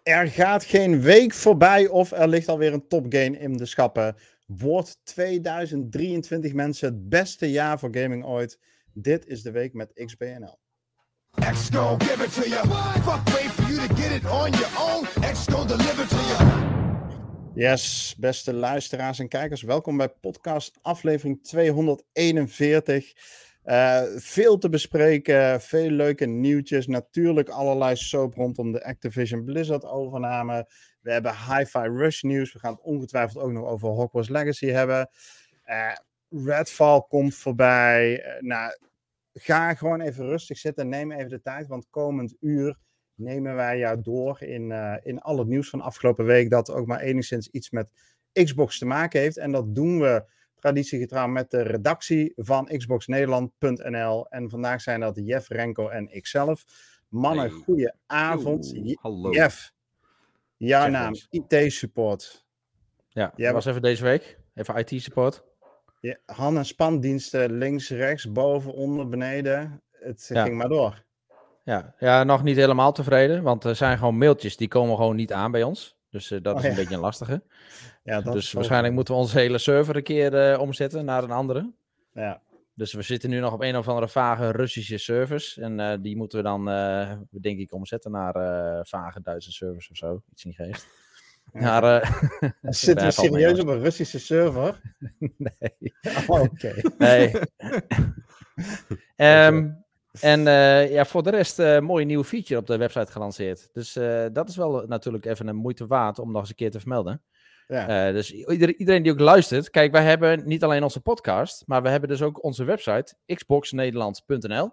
Er gaat geen week voorbij of er ligt alweer een topgame in de schappen. Wordt 2023 mensen het beste jaar voor gaming ooit? Dit is de week met XBNL. X gon' give it to you. Fuck wait for you to get it on your own. X gon' deliver to you. Yes, beste luisteraars en kijkers, welkom bij podcast aflevering 241. Veel te bespreken, veel leuke nieuwtjes, natuurlijk allerlei soap rondom de Activision Blizzard overname. We hebben Hi-Fi Rush nieuws, we gaan het ongetwijfeld ook nog over Hogwarts Legacy hebben. Redfall komt voorbij. Ga gewoon even rustig zitten, neem even de tijd, want komend uur nemen wij jou door in al het nieuws van afgelopen week dat ook maar enigszins iets met Xbox te maken heeft. En dat doen we traditiegetrouw met de redactie van xboxnederland.nl. En vandaag zijn dat Jeff, Renko en ikzelf. Mannen, goeie avond. Hallo. Jeff, jouw Zeg naam, eens. IT-support. Ja, Jij dat was even deze week. Even IT-support. Ja, Han- en spandiensten links, rechts, boven, onder, beneden. Het Ja. ging maar door. Ja, nog niet helemaal tevreden, want er zijn gewoon mailtjes die komen gewoon niet aan bij ons. Dus dat is een beetje een lastige. Ja, dat Dus is waarschijnlijk moeten we onze hele server een keer omzetten naar een andere. Ja. Dus we zitten nu nog op een of andere vage Russische servers. En die moeten we dan, denk ik, omzetten naar vage Duitse servers of zo. Iets in die geest. Maar, Zitten we serieus op een Russische server? Nee. Oh, oké. Nee. Ja, voor de rest een mooie nieuwe feature op de website gelanceerd. Dus dat is wel natuurlijk even een moeite waard om nog eens een keer te vermelden. Ja. Dus iedereen die ook luistert, kijk, wij hebben niet alleen onze podcast, maar we hebben dus ook onze website, xboxnederland.nl.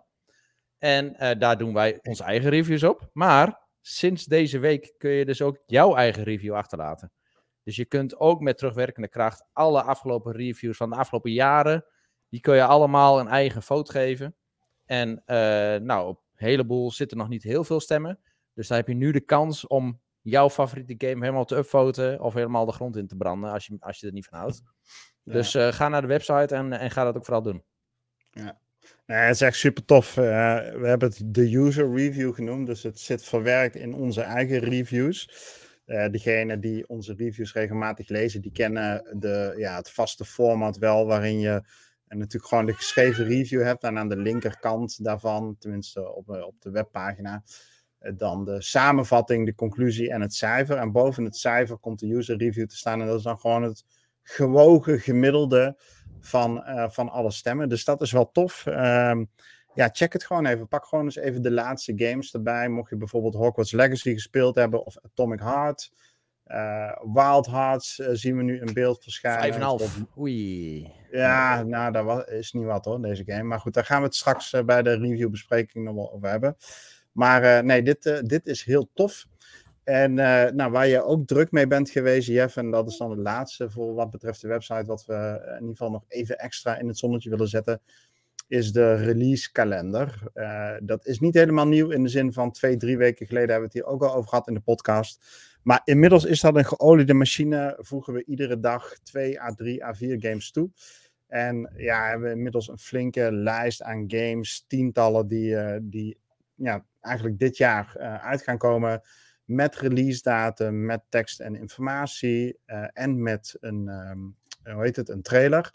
En daar doen wij onze eigen reviews op. Maar sinds deze week kun je dus ook jouw eigen review achterlaten. Dus je kunt ook met terugwerkende kracht alle afgelopen reviews van de afgelopen jaren, die kun je allemaal een eigen foto geven. En op een heleboel zitten nog niet heel veel stemmen. Dus dan heb je nu de kans om jouw favoriete game helemaal te upvoten of helemaal de grond in te branden als je er niet van houdt. Ja. Dus ga naar de website en ga dat ook vooral doen. Ja. Nee, het is echt super tof. We hebben het de user review genoemd, dus het zit verwerkt in onze eigen reviews. Degenen die onze reviews regelmatig lezen, die kennen het vaste format wel, waarin je natuurlijk gewoon de geschreven review hebt en aan de linkerkant daarvan, tenminste op de webpagina, dan de samenvatting, de conclusie en het cijfer. En boven het cijfer komt de user review te staan en dat is dan gewoon het gewogen gemiddelde van alle stemmen. Dus dat is wel tof. Check het gewoon even. Pak gewoon eens even de laatste games erbij. Mocht je bijvoorbeeld Hogwarts Legacy gespeeld hebben of Atomic Heart. Wild Hearts zien we nu in beeld verschijnen. 5,5. Oei. Ja, nou, dat is niet wat hoor, deze game. Maar goed, daar gaan we het straks bij de reviewbespreking nog wel over hebben. Maar nee, dit is heel tof. En waar je ook druk mee bent geweest, Jeff, en dat is dan het laatste voor wat betreft de website, wat we in ieder geval nog even extra in het zonnetje willen zetten, is de release kalender. Dat is niet helemaal nieuw in de zin van 2-3 weken geleden hebben we het hier ook al over gehad in de podcast. Maar inmiddels is dat een geoliede machine, voegen we iedere dag 2 A3, A4 games toe. En ja, hebben we inmiddels een flinke lijst aan games, tientallen die eigenlijk dit jaar uit gaan komen. Met release datum, met tekst en informatie en met een trailer.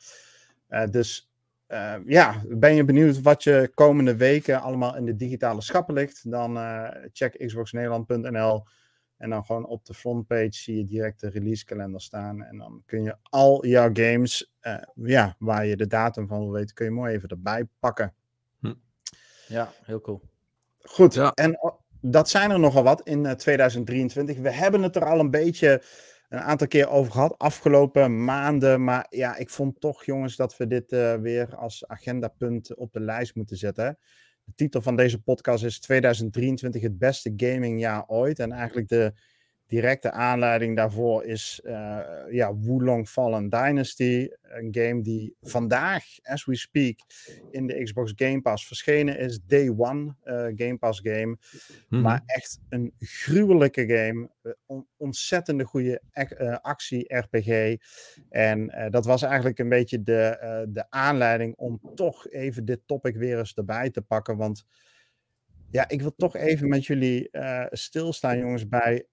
Ben je benieuwd wat je komende weken allemaal in de digitale schappen ligt? Dan check xboxnederland.nl en dan gewoon op de frontpage zie je direct de releasekalender staan. En dan kun je al jouw games, waar je de datum van wil weten, kun je mooi even erbij pakken. Ja, heel cool. Goed, Ja. En dat zijn er nogal wat in 2023. We hebben het er al een aantal keer over gehad, afgelopen maanden. Maar ja, ik vond toch, jongens, dat we dit weer als agendapunt op de lijst moeten zetten. De titel van deze podcast is 2023 het beste gamingjaar ooit. En eigenlijk de directe aanleiding daarvoor is Wulong Fallen Dynasty. Een game die vandaag, as we speak, in de Xbox Game Pass verschenen is. Day one Game Pass game. Mm-hmm. Maar echt een gruwelijke game. Ontzettende goede actie-RPG. En dat was eigenlijk een beetje de aanleiding om toch even dit topic weer eens erbij te pakken. Want ja, ik wil toch even met jullie stilstaan, jongens, bij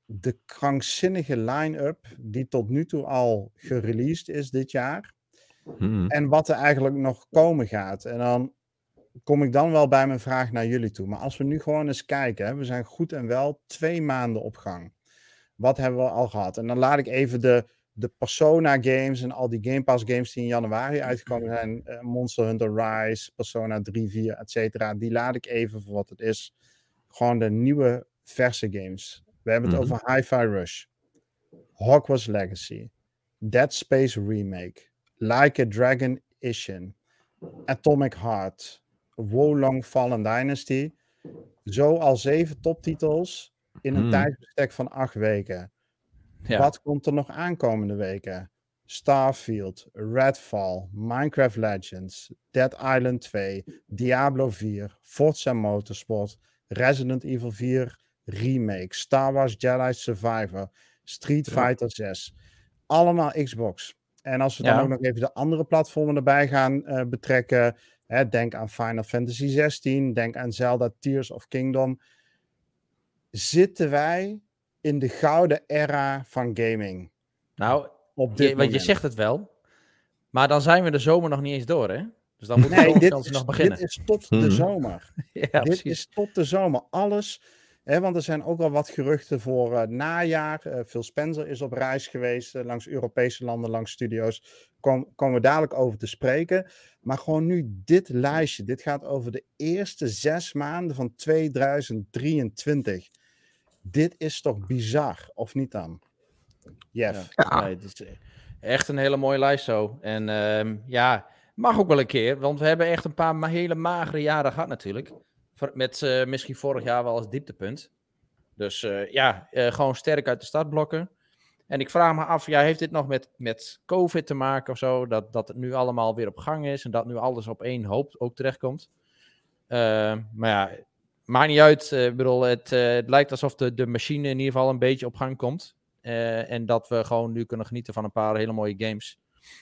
de krankzinnige line-up die tot nu toe al gereleased is dit jaar. En wat er eigenlijk nog komen gaat. En dan kom ik dan wel bij mijn vraag naar jullie toe. Maar als we nu gewoon eens kijken. Hè, we zijn goed en wel 2 maanden op gang. Wat hebben we al gehad? En dan laat ik even de Persona games en al die Game Pass games die in januari uitgekomen zijn. Monster Hunter Rise, Persona 3, 4, et cetera. Die laat ik even voor wat het is. Gewoon de nieuwe verse games. We hebben het over Hi-Fi Rush. Hogwarts Legacy. Dead Space Remake. Like a Dragon Ishin. Atomic Heart. Wolong Fallen Dynasty. Zo al 7 toptitels in een tijdsbestek van 8 weken. Ja. Wat komt er nog aankomende weken? Starfield, Redfall, Minecraft Legends, Dead Island 2, Diablo 4, Forza Motorsport, Resident Evil 4 Remake, Star Wars Jedi Survivor, Street Fighter 6. Allemaal Xbox. En als we dan ook nog even de andere platformen erbij gaan betrekken. Hè, denk aan Final Fantasy 16, denk aan Zelda Tears of Kingdom. Zitten wij in de gouden era van gaming? Nou, op dit want je zegt het wel. Maar dan zijn we de zomer nog niet eens door, hè? Dus dan moet het nog beginnen. Dit is tot de zomer. Ja, dit is tot de zomer. Alles. Hè, want er zijn ook al wat geruchten voor het najaar. Phil Spencer is op reis geweest langs Europese landen, langs studio's. Komen we dadelijk over te spreken. Maar gewoon nu dit lijstje. Dit gaat over de eerste 6 maanden van 2023. Dit is toch bizar, of niet dan? Jeff. Ja. Nee, het is echt een hele mooie lijst zo. En mag ook wel een keer. Want we hebben echt een paar hele magere jaren gehad natuurlijk. Met misschien vorig jaar wel als dieptepunt. Dus gewoon sterk uit de startblokken. En ik vraag me af, heeft dit nog met COVID te maken of zo? Dat het nu allemaal weer op gang is. En dat nu alles op één hoop ook terechtkomt. Maar ja, maakt niet uit. Ik bedoel, het lijkt alsof de machine in ieder geval een beetje op gang komt. En dat we gewoon nu kunnen genieten van een paar hele mooie games.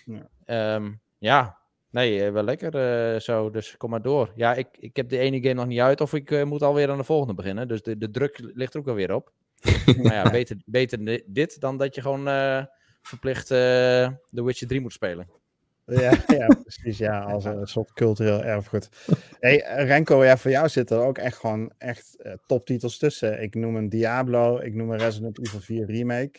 Wel lekker zo. Dus kom maar door. Ja, ik heb de ene game nog niet uit. Of ik moet alweer aan de volgende beginnen. Dus de druk ligt er ook alweer op. Maar ja, beter dit dan dat je gewoon verplicht The Witcher 3 moet spelen. Ja, precies. Ja, als een soort cultureel erfgoed. Hey, Renko, voor jou zitten er ook echt toptitels tussen. Ik noem een Diablo, ik noem een Resident Evil 4 Remake.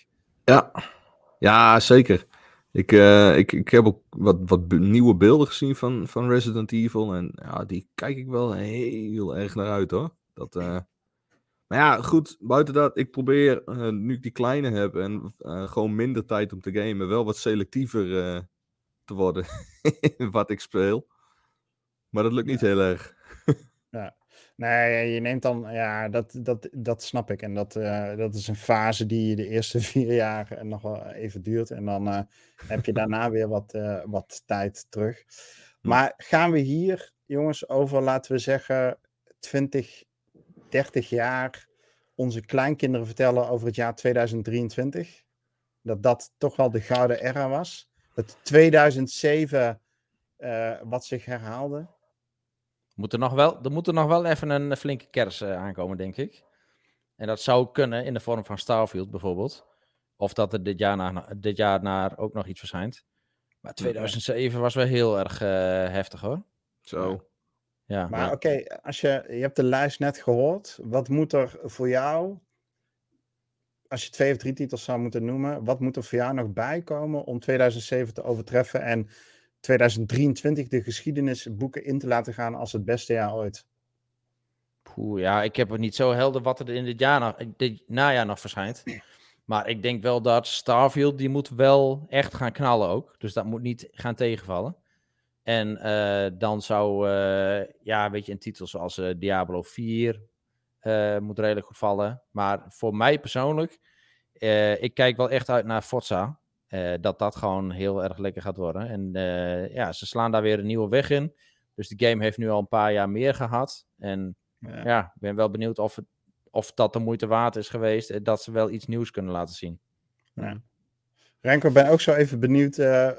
Ja, zeker. Ik heb ook wat nieuwe beelden gezien van Resident Evil. En ja, die kijk ik wel heel erg naar uit, hoor. Maar ja, goed, buiten dat, ik probeer, nu ik die kleine heb en gewoon minder tijd om te gamen, wel wat selectiever te worden in wat ik speel. Maar dat lukt niet heel erg. Ja. Nee, je neemt dan, dat snap ik. En dat is een fase die de eerste 4 jaar nog wel even duurt. En dan heb je daarna weer wat tijd terug. Maar gaan we hier, jongens, over, laten we zeggen, 20, 30 jaar onze kleinkinderen vertellen over het jaar 2023? Dat toch wel de gouden era was? Dat 2007 wat zich herhaalde? Er moet er nog wel even een flinke kers aankomen, denk ik. En dat zou kunnen in de vorm van Starfield bijvoorbeeld. Of dat er dit jaar naar ook nog iets verschijnt. Maar 2007 was wel heel erg heftig, hoor. Zo. Ja. Maar oké, als je hebt de lijst net gehoord. Wat moet er voor jou, als je 2 of 3 titels zou moeten noemen, wat moet er voor jou nog bijkomen om 2007 te overtreffen en 2023 de geschiedenisboeken in te laten gaan als het beste jaar ooit? Ik heb het niet zo helder wat er in dit najaar nog verschijnt. Maar ik denk wel dat Starfield, die moet wel echt gaan knallen ook. Dus dat moet niet gaan tegenvallen. En dan zou, een titel zoals Diablo 4 moet redelijk goed vallen. Maar voor mij persoonlijk, ik kijk wel echt uit naar Forza. Dat gewoon heel erg lekker gaat worden. En ze slaan daar weer een nieuwe weg in. Dus de game heeft nu al een paar jaar meer gehad. En ik ben wel benieuwd of dat de moeite waard is geweest. Dat ze wel iets nieuws kunnen laten zien. Ja. Renko, ik ben ook zo even benieuwd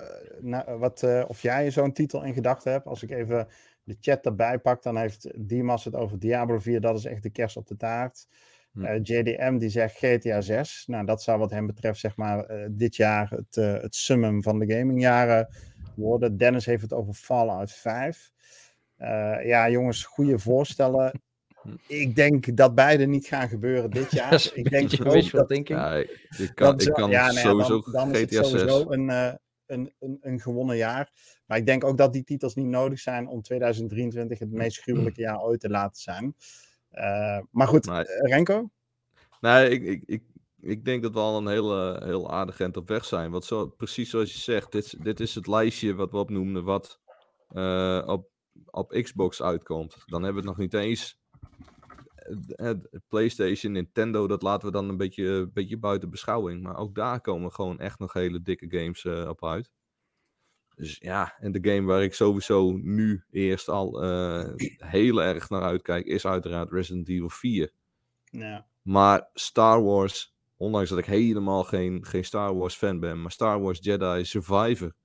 of jij zo'n titel in gedachten hebt. Als ik even de chat erbij pak, dan heeft Dimas het over Diablo 4. Dat is echt de kers op de taart. JDM die zegt GTA 6. Nou, dat zou wat hem betreft zeg maar dit jaar het summum van de gamingjaren worden. Dennis heeft het over Fallout 5. Ja, jongens, goede voorstellen. Ik denk dat beide niet gaan gebeuren dit jaar. Dat is een Ik denk beetje ook wishful dat, thinking. Ja, ik dat kan ja, nou ja, sowieso dan is het GTA 6. sowieso een gewonnen jaar. Maar ik denk ook dat die titels niet nodig zijn om 2023 het meest gruwelijke jaar ooit te laten zijn. Maar goed, Nee. Renko? Nee, ik denk dat we al een heel aardig eind op weg zijn. Want precies zoals je zegt, dit is het lijstje wat we opnoemden wat op Xbox uitkomt. Dan hebben we het nog niet eens. PlayStation, Nintendo, dat laten we dan een beetje buiten beschouwing. Maar ook daar komen gewoon echt nog hele dikke games op uit. Dus ja, en de game waar ik sowieso nu eerst al heel erg naar uitkijk, is uiteraard Resident Evil 4. Ja. Maar Star Wars, ondanks dat ik helemaal geen Star Wars fan ben, maar Star Wars Jedi Survivor,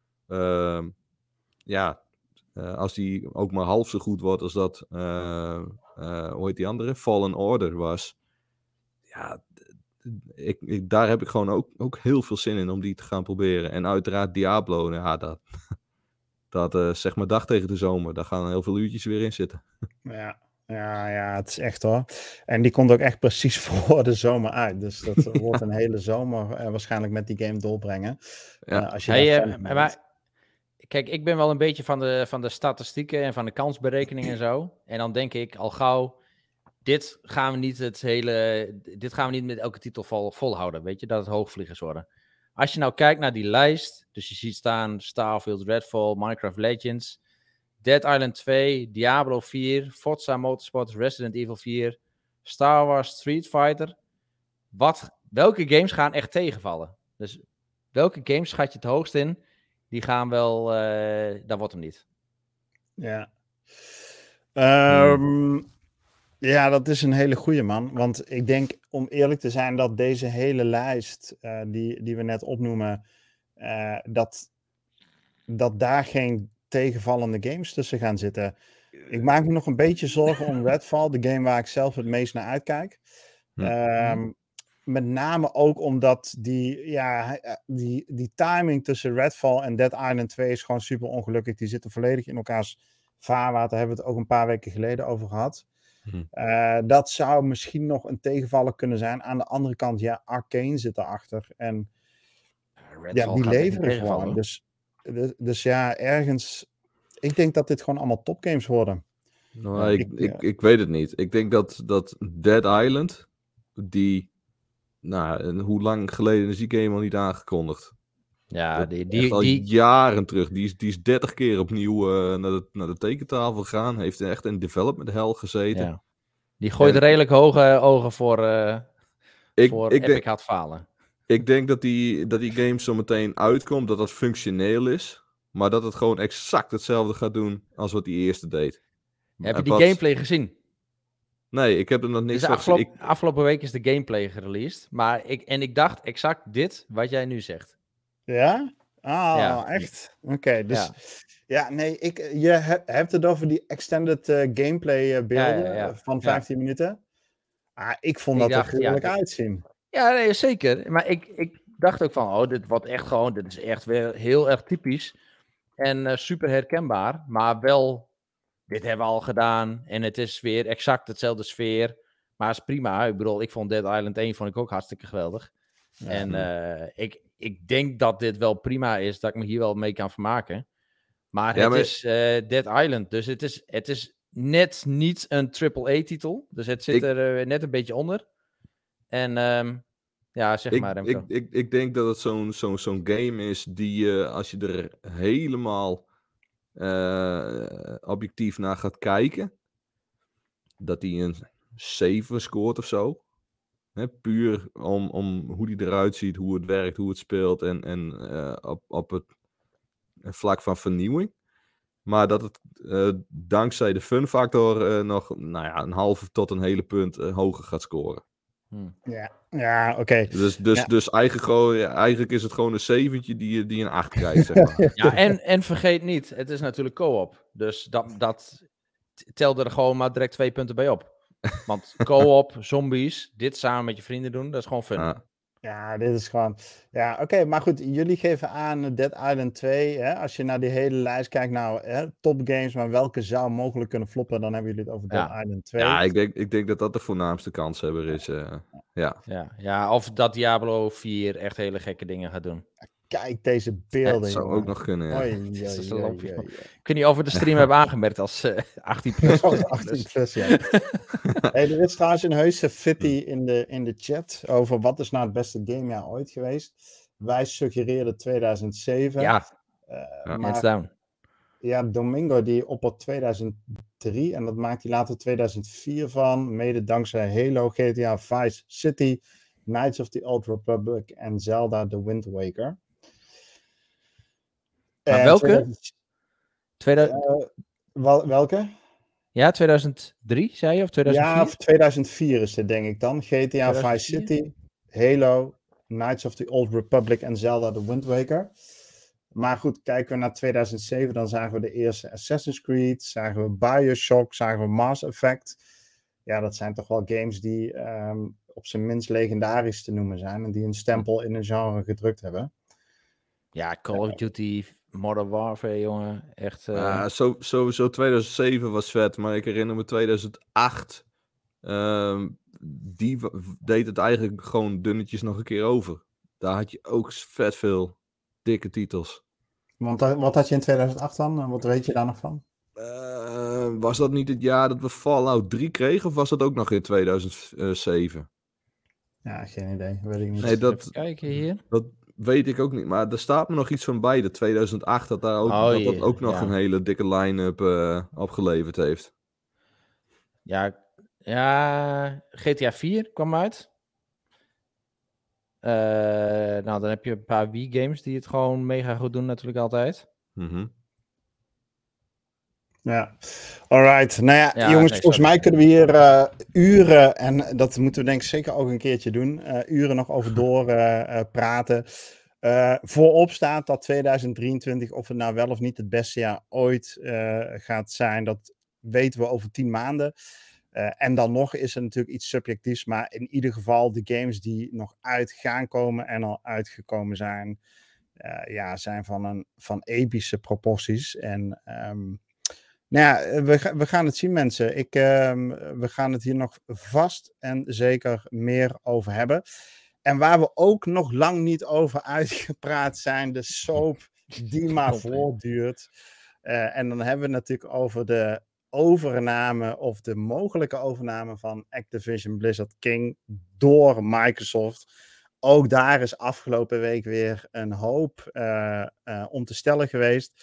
als die ook maar half zo goed wordt als dat, hoe heet die andere, Fallen Order was, ja, daar heb ik gewoon ook heel veel zin in om die te gaan proberen. En uiteraard Diablo, ja, dat zeg maar dag tegen de zomer, daar gaan heel veel uurtjes weer in zitten. Ja, het is echt hoor. En die komt ook echt precies voor de zomer uit. Dus dat wordt een hele zomer waarschijnlijk met die game doorbrengen. Ja. Als je daar fan van bent. Maar kijk, ik ben wel een beetje van de statistieken en van de kansberekening en zo. En dan denk ik al gauw, dit gaan we niet met elke titel volhouden, weet je, dat het hoogvliegers worden. Als je nou kijkt naar die lijst, dus je ziet staan Starfield, Redfall, Minecraft Legends, Dead Island 2, Diablo 4, Forza Motorsport, Resident Evil 4, Star Wars, Street Fighter. Welke games gaan echt tegenvallen? Dus welke games schat je het hoogst in? Die gaan wel, dat wordt hem niet. Ja. Ja, dat is een hele goeie, man. Want ik denk, om eerlijk te zijn, dat deze hele lijst die we net opnoemen, dat daar geen tegenvallende games tussen gaan zitten. Ik maak me nog een beetje zorgen om Redfall, de game waar ik zelf het meest naar uitkijk. Met name ook omdat die timing tussen Redfall en Dead Island 2 is gewoon super ongelukkig. Die zitten volledig in elkaars vaarwater. Daar hebben we het ook een paar weken geleden over gehad. Dat zou misschien nog een tegenvaller kunnen zijn. Aan de andere kant, ja, Arcane zit erachter. En Redfall die gaat leveren echt gewoon. tegenvallen. Dus ja, ergens... Ik denk dat dit gewoon allemaal topgames worden. Nou, ik weet het niet. Ik denk dat Dead Island, hoe lang geleden is die game al niet aangekondigd? Ja, Al jaren terug. Die is 30 keer opnieuw naar de tekentafel gegaan. Heeft echt in development hell gezeten. Ja. Die gooit redelijk hoge ogen voor Epic had falen. Ik denk dat die game zo meteen uitkomt, dat functioneel is. Maar dat het gewoon exact hetzelfde gaat doen als wat die eerste deed. Heb je die gameplay gezien? Nee, ik heb er nog niks Dus van gezien. afgelopen week is de gameplay gereleased. Maar ik dacht exact dit, wat jij nu zegt. Ja? Ja. Echt? Oké, dus... Ja, nee, je hebt het over die extended gameplay beelden van 15 minuten. Ik vond dat er gruwelijk uitzien. Ja, nee, zeker. Maar ik dacht ook van, dit wordt echt gewoon... Dit is echt weer heel erg typisch. En super herkenbaar. Maar wel, dit hebben we al gedaan. En het is weer exact hetzelfde sfeer. Maar het is prima. Ik bedoel, ik vond Dead Island 1 vond ik ook hartstikke geweldig. Ja. En ik denk dat dit wel prima is. Dat ik me hier wel mee kan vermaken. Maar het is Dead Island. Dus het is net niet een AAA-titel. Dus het zit er net een beetje onder. En zeg maar, Remco. Ik denk dat het zo'n game is die als je er helemaal objectief naar gaat kijken, dat die een 7 scoort of zo. Hè, puur om hoe die eruit ziet, hoe het werkt, hoe het speelt en op het vlak van vernieuwing. Maar dat het dankzij de fun factor nog een halve tot een hele punt hoger gaat scoren. Ja, oké. Dus eigenlijk is het gewoon een 7'tje die een 8 krijgt, zeg maar. Ja, en vergeet niet, het is natuurlijk co-op. Dus dat telde er gewoon maar direct 2 punten bij op. Want co-op, zombies, dit samen met je vrienden doen, dat is gewoon fun. Ja, dit is gewoon... Ja, oké, maar goed, jullie geven aan Dead Island 2. Hè? Als je naar die hele lijst kijkt, nou, top games, maar welke zou mogelijk kunnen floppen, dan hebben jullie het over Dead Island 2. Ja, ik denk dat dat de voornaamste kanshebber is. Ja. Ja, of dat Diablo 4 echt hele gekke dingen gaat doen. Kijk deze beelden, Dat zou jongen. ook nog kunnen, ja. Oei, Dat is oei, een oei, loopje. oei. Ik weet niet of we de stream hebben aangemerkt als 18 plus. 18 plus, ja. Hey, er is trouwens een heuse fitty in de chat over wat is nou het beste gamejaar ooit geweest. Wij suggereerden 2007. Ja, maar hands down. ja, Domingo die oppert 2003 en dat maakt hij later 2004 van. Mede dankzij Halo, GTA, Vice City, Knights of the Old Republic en Zelda The Wind Waker. Maar En welke? 2000 welke? Ja, 2003 zei je, of 2004? Ja, 2004 is dit denk ik dan. GTA, 2004? Vice City, Halo, Knights of the Old Republic en Zelda The Wind Waker. Maar goed, kijken we naar 2007, dan zagen we de eerste Assassin's Creed, zagen we Bioshock, zagen we Mass Effect. Ja, dat zijn toch wel games die op zijn minst legendarisch te noemen zijn en die een stempel in een genre gedrukt hebben. Ja, Call of Duty, Modern Warfare, jongen. Echt. Sowieso 2007 was vet, maar ik herinner me 2008. Die deed het eigenlijk gewoon dunnetjes nog een keer over. Daar had je ook vet veel dikke titels. Want wat had je in 2008 dan? Wat weet je daar nog van? Was dat niet het jaar dat we Fallout 3 kregen? Of was dat ook nog in 2007? Ja, geen idee. Weet ik niet. Nee, Even kijken hier. Dat weet ik ook niet. Maar er staat me nog iets van bij. Dat 2008 dat dat ook nog een hele dikke line-up opgeleverd heeft. Ja, GTA 4 kwam uit. Nou, dan heb je een paar Wii-games die het gewoon mega goed doen natuurlijk altijd. Ja, alright. Nou ja, Ja, jongens, nee, volgens sorry. mij kunnen we hier uren, en dat moeten we denk ik zeker ook een keertje doen, uren nog over door praten. Voorop staat dat 2023, of het nou wel of niet het beste jaar ooit gaat zijn, dat weten we over 10 maanden. En dan nog is er natuurlijk iets subjectiefs, maar in ieder geval de games die nog uit gaan komen en al uitgekomen zijn, zijn van epische proporties. En nou ja, we gaan het zien, mensen. We gaan het hier nog vast en zeker meer over hebben. En waar we ook nog lang niet over uitgepraat zijn, de soap die maar voortduurt. En dan hebben we het natuurlijk over de overname of de mogelijke overname van Activision Blizzard King door Microsoft. Ook daar is afgelopen week weer een hoop om te stellen geweest.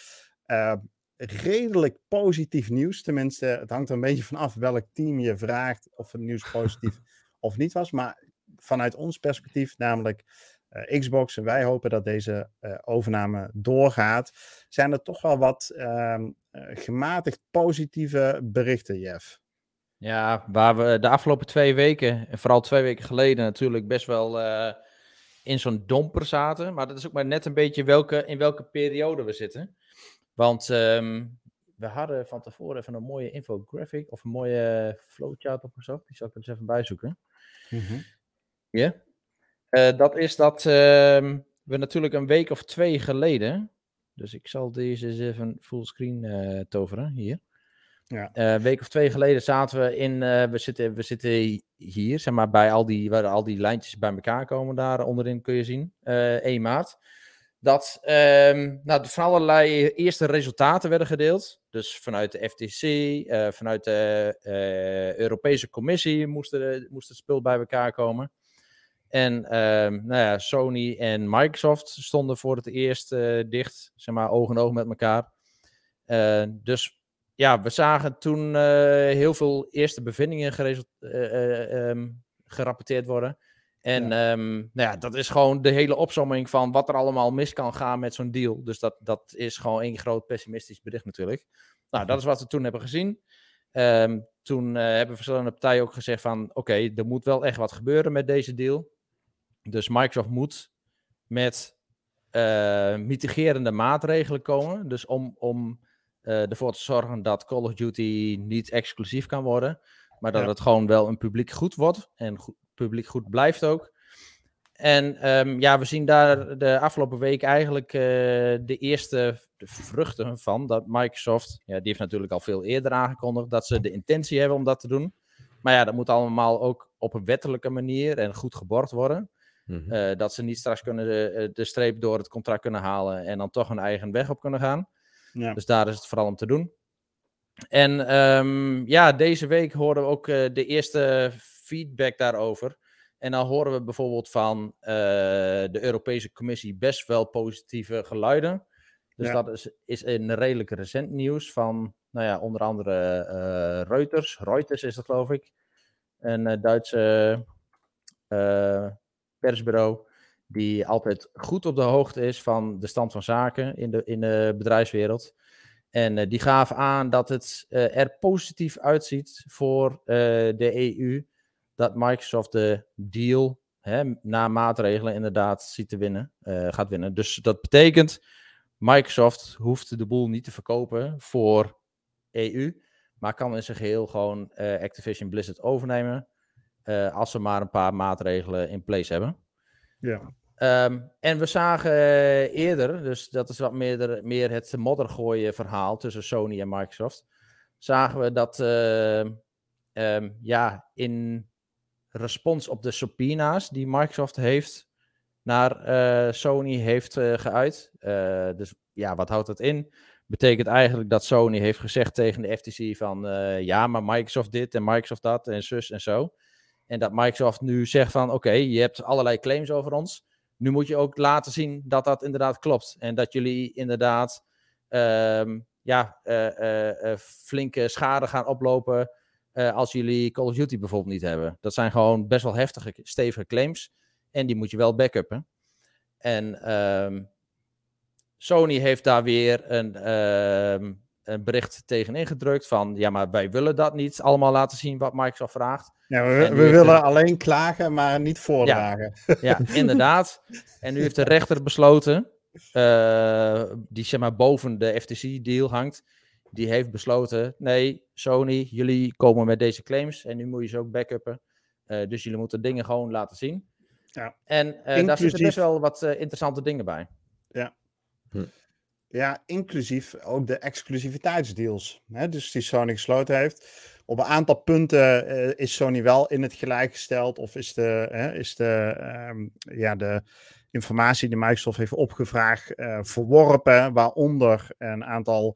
Redelijk positief nieuws. Tenminste, het hangt er een beetje van af welk team je vraagt of het nieuws positief of niet was. Maar vanuit ons perspectief, namelijk Xbox, en wij hopen dat deze overname doorgaat, zijn er toch wel wat gematigd positieve berichten, Jeff. Ja, waar we de afgelopen 2 weken, en vooral 2 weken geleden natuurlijk best wel in zo'n domper zaten. Maar dat is ook maar net een beetje in welke periode we zitten. Want we hadden van tevoren even een mooie infographic of een mooie flowchart opgezocht. Die zal ik er eens even bijzoeken. Ja. Dat is dat we natuurlijk een week of 2 geleden, dus ik zal deze eens even fullscreen toveren hier. Ja. Een week of 2 geleden zaten we we zitten hier, zeg maar, bij waar al die lijntjes bij elkaar komen, daar onderin kun je zien, 1 maart. Dat van allerlei eerste resultaten werden gedeeld. Dus vanuit de FTC, vanuit de Europese Commissie moest het spul bij elkaar komen. En Sony en Microsoft stonden voor het eerst dicht, zeg maar, oog in oog met elkaar. Dus ja, we zagen toen heel veel eerste bevindingen gerapporteerd worden. En dat is gewoon de hele opsomming van wat er allemaal mis kan gaan met zo'n deal. Dus dat is gewoon één groot pessimistisch bericht natuurlijk. Nou, dat is wat we toen hebben gezien. Toen hebben verschillende partijen ook gezegd van oké, er moet wel echt wat gebeuren met deze deal. Dus Microsoft moet met mitigerende maatregelen komen. Dus om ervoor te zorgen dat Call of Duty niet exclusief kan worden. maar dat het gewoon wel een publiek goed wordt. En publiek goed blijft ook. En we zien daar de afgelopen week eigenlijk de eerste vruchten van. Dat Microsoft, die heeft natuurlijk al veel eerder aangekondigd dat ze de intentie hebben om dat te doen. Maar ja, dat moet allemaal ook op een wettelijke manier en goed geborgd worden. Dat ze niet straks kunnen de streep door het contract kunnen halen en dan toch hun eigen weg op kunnen gaan. Ja. Dus daar is het vooral om te doen. En deze week hoorden we ook de eerste feedback daarover. En dan horen we bijvoorbeeld van de Europese Commissie best wel positieve geluiden. Dus dat is een redelijk recent nieuws van, onder andere Reuters is dat geloof ik. Een Duitse persbureau die altijd goed op de hoogte is van de stand van zaken in de bedrijfswereld. En die gaven aan dat het er positief uitziet voor de EU dat Microsoft de deal na maatregelen inderdaad gaat winnen. Dus dat betekent, Microsoft hoeft de boel niet te verkopen voor EU, maar kan in zijn geheel gewoon Activision Blizzard overnemen als ze maar een paar maatregelen in place hebben. Ja. En we zagen eerder, dus dat is wat meer het moddergooien verhaal tussen Sony en Microsoft, zagen we dat in respons op de subpoena's die Microsoft heeft naar Sony heeft geuit. Dus wat houdt dat in? Betekent eigenlijk dat Sony heeft gezegd tegen de FTC van maar Microsoft dit en Microsoft dat en zus en zo. En dat Microsoft nu zegt van oké, je hebt allerlei claims over ons. Nu moet je ook laten zien dat dat inderdaad klopt. En dat jullie inderdaad flinke schade gaan oplopen als jullie Call of Duty bijvoorbeeld niet hebben. Dat zijn gewoon best wel heftige, stevige claims. En die moet je wel backuppen. En Sony heeft daar weer een bericht tegen ingedrukt van maar wij willen dat niet allemaal laten zien wat Microsoft vraagt. Ja, we willen alleen klagen, maar niet voordragen. Ja, inderdaad. En nu heeft de rechter besloten, die boven de FTC-deal hangt, die heeft besloten, nee, Sony, jullie komen met deze claims en nu moet je ze ook backuppen. Dus jullie moeten dingen gewoon laten zien. Ja. En daar zitten best wel wat interessante dingen bij. Ja. Ja, inclusief ook de exclusiviteitsdeals. Dus die Sony gesloten heeft. Op een aantal punten is Sony wel in het gelijk gesteld. Of is de informatie die Microsoft heeft opgevraagd verworpen. Waaronder een aantal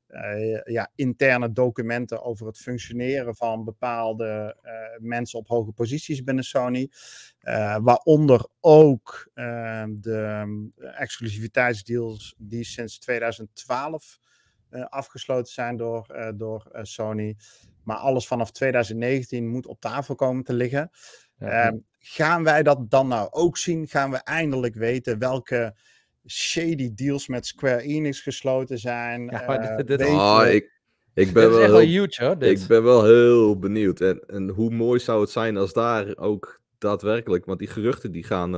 interne documenten over het functioneren van bepaalde mensen op hoge posities binnen Sony. Waaronder ook de exclusiviteitsdeals die sinds 2012 afgesloten zijn door Sony. Maar alles vanaf 2019 moet op tafel komen te liggen. Gaan wij dat dan nou ook zien? Gaan we eindelijk weten welke shady deals met Square Enix gesloten zijn? Ik ben wel heel huge, hoor, dit. Ik ben wel heel benieuwd. En hoe mooi zou het zijn als daar ook daadwerkelijk, want die geruchten die gaan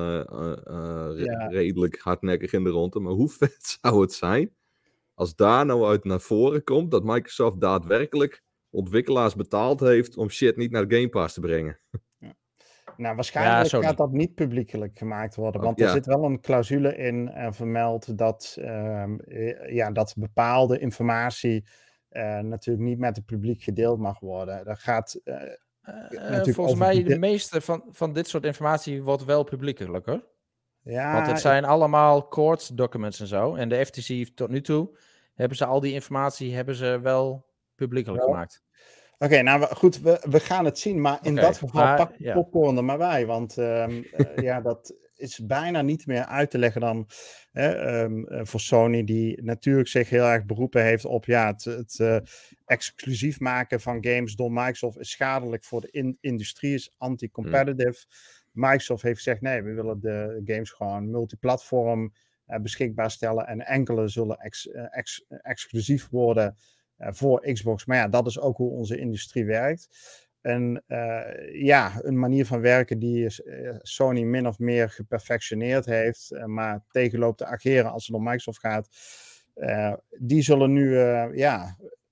redelijk hardnekkig in de ronde. Maar hoe vet zou het zijn als daar nou uit naar voren komt dat Microsoft daadwerkelijk ontwikkelaars betaald heeft om shit niet naar Game Pass te brengen? Nou, waarschijnlijk gaat dat niet publiekelijk gemaakt worden. Want er zit wel een clausule in vermeld dat, dat bepaalde informatie natuurlijk niet met het publiek gedeeld mag worden. Dat gaat volgens mij de meeste van dit soort informatie wordt wel publiekelijk, hoor. Ja, want het zijn allemaal court documents en zo. En de FTC tot nu toe hebben ze al die informatie wel publiekelijk gemaakt. Oké, nou goed, we gaan het zien. Maar in dat geval pak de popcorn er maar bij. Want dat is bijna niet meer uit te leggen dan voor Sony, die natuurlijk zich heel erg beroepen heeft op het exclusief maken van games door Microsoft is schadelijk voor de industrie, is anti-competitive. Microsoft heeft gezegd, nee, we willen de games gewoon multiplatform beschikbaar stellen en enkele zullen exclusief worden voor Xbox. Maar dat is ook hoe onze industrie werkt. En een manier van werken die Sony min of meer geperfectioneerd heeft, maar tegenloopt te ageren als het om Microsoft gaat. Die zullen nu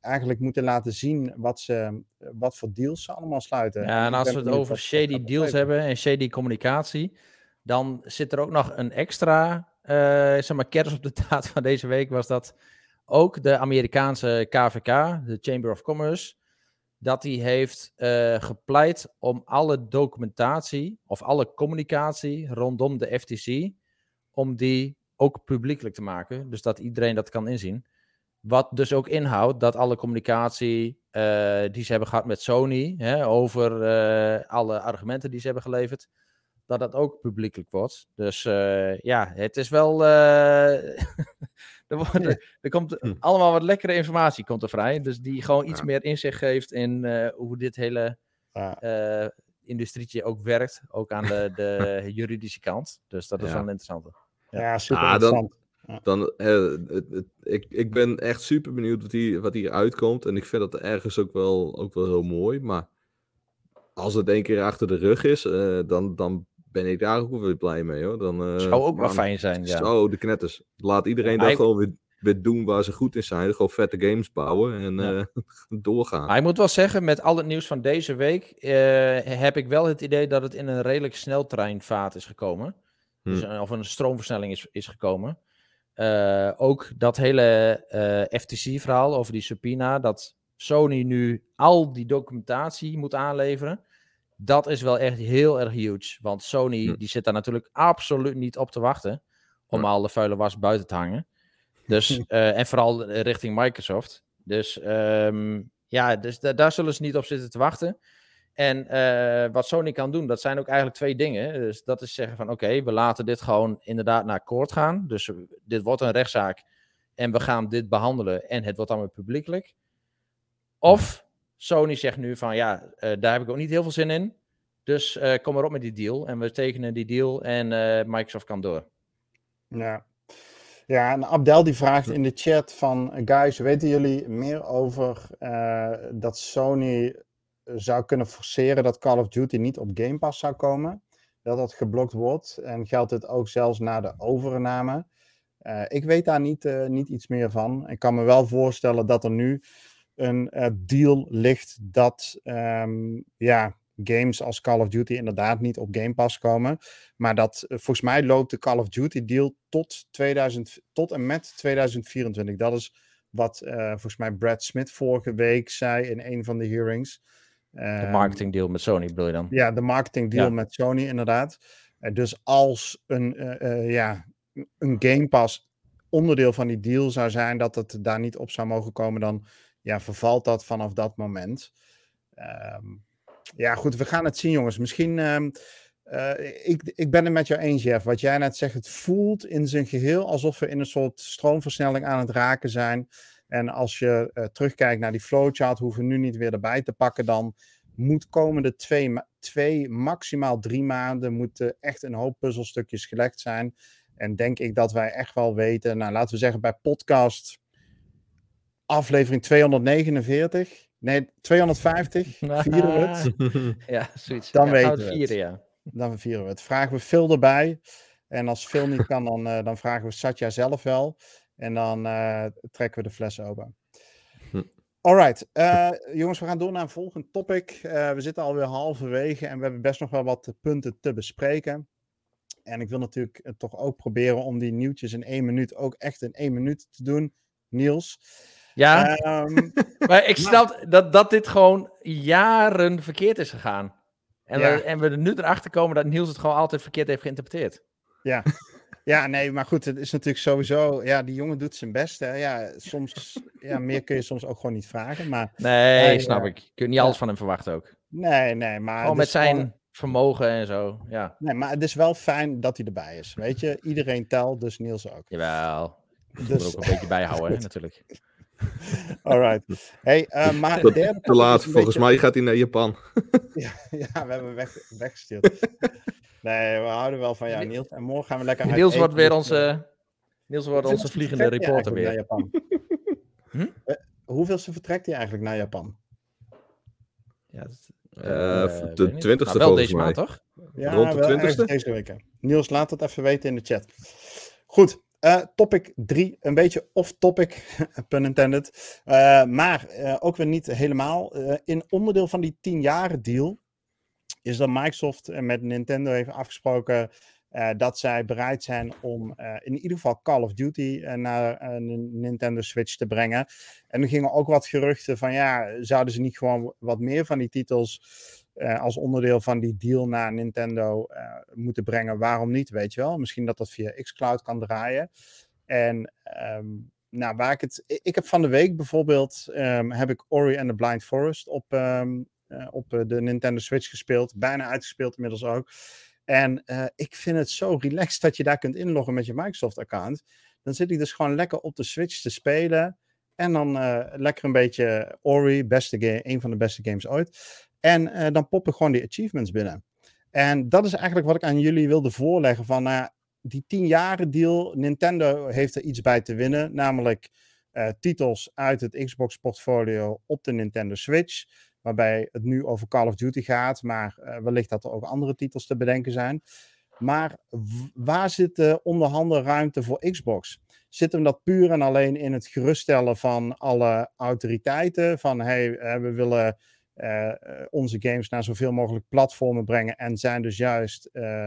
eigenlijk moeten laten zien wat voor deals ze allemaal sluiten. Ja, en als we het over wat shady gaat deals opleveren. hebben en shady communicatie, dan zit er ook nog een extra, zeg maar, kers op de taart van deze week, was dat ook de Amerikaanse KVK, de Chamber of Commerce, dat die heeft gepleit om alle documentatie of alle communicatie rondom de FTC, om die ook publiekelijk te maken. Dus dat iedereen dat kan inzien. Wat dus ook inhoudt dat alle communicatie die ze hebben gehad met Sony, over alle argumenten die ze hebben geleverd, dat dat ook publiekelijk wordt. Dus het is wel... er komt allemaal wat lekkere informatie komt er vrij. Dus die gewoon iets meer inzicht geeft in hoe dit hele industrietje ook werkt. Ook aan de juridische kant. Dus dat is wel een interessante. Ja, super interessant. Ik ben echt super benieuwd wat hier uitkomt. En ik vind dat ergens ook wel heel mooi. Maar als het 1 keer achter de rug is, dan ben ik daar ook wel weer blij mee, hoor. Dan, zou ook wel fijn zijn, ja. Zo, de knetters. Laat iedereen daar gewoon weer doen waar ze goed in zijn. Gewoon vette games bouwen en doorgaan. Maar ik moet wel zeggen, met al het nieuws van deze week heb ik wel het idee dat het in een redelijk sneltreinvaart is gekomen. Dus, of een stroomversnelling is gekomen. Ook dat hele FTC-verhaal over die subpoena, dat Sony nu al die documentatie moet aanleveren, dat is wel echt heel erg huge. Want Sony die zit daar natuurlijk absoluut niet op te wachten om al de vuile was buiten te hangen. Dus, en vooral richting Microsoft. Dus, dus daar zullen ze niet op zitten te wachten. En wat Sony kan doen, dat zijn ook eigenlijk 2 dingen. Dus dat is zeggen van oké, we laten dit gewoon inderdaad naar koord gaan. Dus dit wordt een rechtszaak en we gaan dit behandelen en het wordt dan weer publiekelijk. Of Sony zegt nu van daar heb ik ook niet heel veel zin in. Dus kom maar op met die deal. En we tekenen die deal en Microsoft kan door. Ja, en Abdel die vraagt in de chat van guys, weten jullie meer over dat Sony zou kunnen forceren dat Call of Duty niet op Game Pass zou komen? Dat geblokt wordt. En geldt dit ook zelfs na de overname? Ik weet daar niet iets meer van. Ik kan me wel voorstellen dat er nu een deal ligt dat games als Call of Duty inderdaad niet op Game Pass komen. Maar dat volgens mij loopt de Call of Duty deal tot en met 2024. Dat is wat volgens mij Brad Smith vorige week zei in een van de hearings. De marketing deal met Sony bedoel je dan? Ja, de marketing deal met Sony inderdaad. Dus als een Game Pass onderdeel van die deal zou zijn, dat het daar niet op zou mogen komen, dan vervalt dat vanaf dat moment. Goed, we gaan het zien, jongens. Misschien, ik ben het met jou eens, Jeff. Wat jij net zegt, het voelt in zijn geheel alsof we in een soort stroomversnelling aan het raken zijn. En als je terugkijkt naar die flowchart, hoeven we nu niet weer erbij te pakken. Dan moet komende 2, maximaal 3 maanden moeten echt een hoop puzzelstukjes gelegd zijn. En denk ik dat wij echt wel weten, laten we zeggen bij podcast aflevering 249... Nee, 250, vieren we het. Ja, zoiets. Dan weten we het. Vieren, Dan vieren we het. Vragen we Phil erbij. En als Phil niet kan, dan vragen we Satya zelf wel. En dan trekken we de fles open. Alright. Jongens, we gaan door naar een volgend topic. We zitten alweer halverwege en we hebben best nog wel wat punten te bespreken. En ik wil natuurlijk toch ook proberen om die nieuwtjes in 1 minuut ook echt in 1 minuut te doen. Niels. Ja, maar ik snap dat dit gewoon jaren verkeerd is gegaan. En we er nu erachter komen dat Niels het gewoon altijd verkeerd heeft geïnterpreteerd. Ja, nee, maar goed, het is natuurlijk sowieso... Ja, die jongen doet zijn best, hè. Ja, soms... meer kun je soms ook gewoon niet vragen, maar... Nee, snap ik. Je kunt niet alles van hem verwachten ook. Nee, maar... Gewoon met zijn vermogen en zo, ja. Nee, maar het is wel fijn dat hij erbij is, weet je. Iedereen telt, dus Niels ook. Jawel. Ik moet er ook een beetje bijhouden, hè, natuurlijk. Alright. Hey, maar te laat, volgens mij gaat hij naar Japan. Ja, we hebben weggestuurd. Nee, we houden wel van jou, Niels. En morgen gaan we lekker Niels wordt weer onze vliegende reporter weer. Naar Japan? Hoeveelste vertrekt hij eigenlijk naar Japan? Ja, de 20ste wel volgens deze mij. maand, toch? Ja, rond de 20ste? Deze week. Niels, laat het even weten in de chat. Goed. Topic 3, een beetje off-topic, pun intended. Maar ook weer niet helemaal. In onderdeel van die 10-jaren deal is dat Microsoft met Nintendo heeft afgesproken dat zij bereid zijn om in ieder geval Call of Duty naar een Nintendo Switch te brengen. En er gingen ook wat geruchten van zouden ze niet gewoon wat meer van die titels als onderdeel van die deal naar Nintendo moeten brengen? Waarom niet, weet je wel? Misschien dat via xCloud kan draaien. En ik heb van de week bijvoorbeeld heb ik Ori and the Blind Forest op de Nintendo Switch gespeeld. Bijna uitgespeeld inmiddels ook. En ik vind het zo relaxed dat je daar kunt inloggen met je Microsoft-account. Dan zit ik dus gewoon lekker op de Switch te spelen. En dan lekker een beetje Ori, een van de beste games ooit. En dan poppen gewoon die achievements binnen. En dat is eigenlijk wat ik aan jullie wilde voorleggen. Van die 10-jaren deal, Nintendo heeft er iets bij te winnen. Namelijk titels uit het Xbox-portfolio op de Nintendo Switch. Waarbij het nu over Call of Duty gaat. Maar wellicht dat er ook andere titels te bedenken zijn. Maar waar zit de onderhandelruimte voor Xbox? Zit hem dat puur en alleen in het geruststellen van alle autoriteiten? Van we willen onze games naar zoveel mogelijk platformen brengen. En zijn dus juist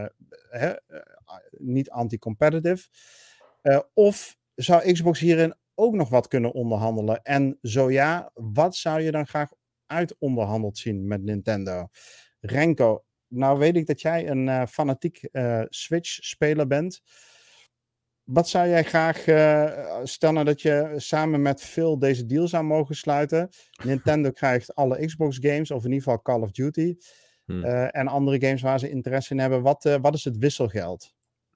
niet anti-competitive. Of zou Xbox hierin ook nog wat kunnen onderhandelen? En zo ja, wat zou je dan graag uitonderhandeld zien met Nintendo? Renko, nou weet ik dat jij een fanatiek Switch-speler bent. Wat zou jij graag, stel nou dat je samen met Phil deze deal zou mogen sluiten. Nintendo krijgt alle Xbox games, of in ieder geval Call of Duty. En andere games waar ze interesse in hebben. Wat is het wisselgeld?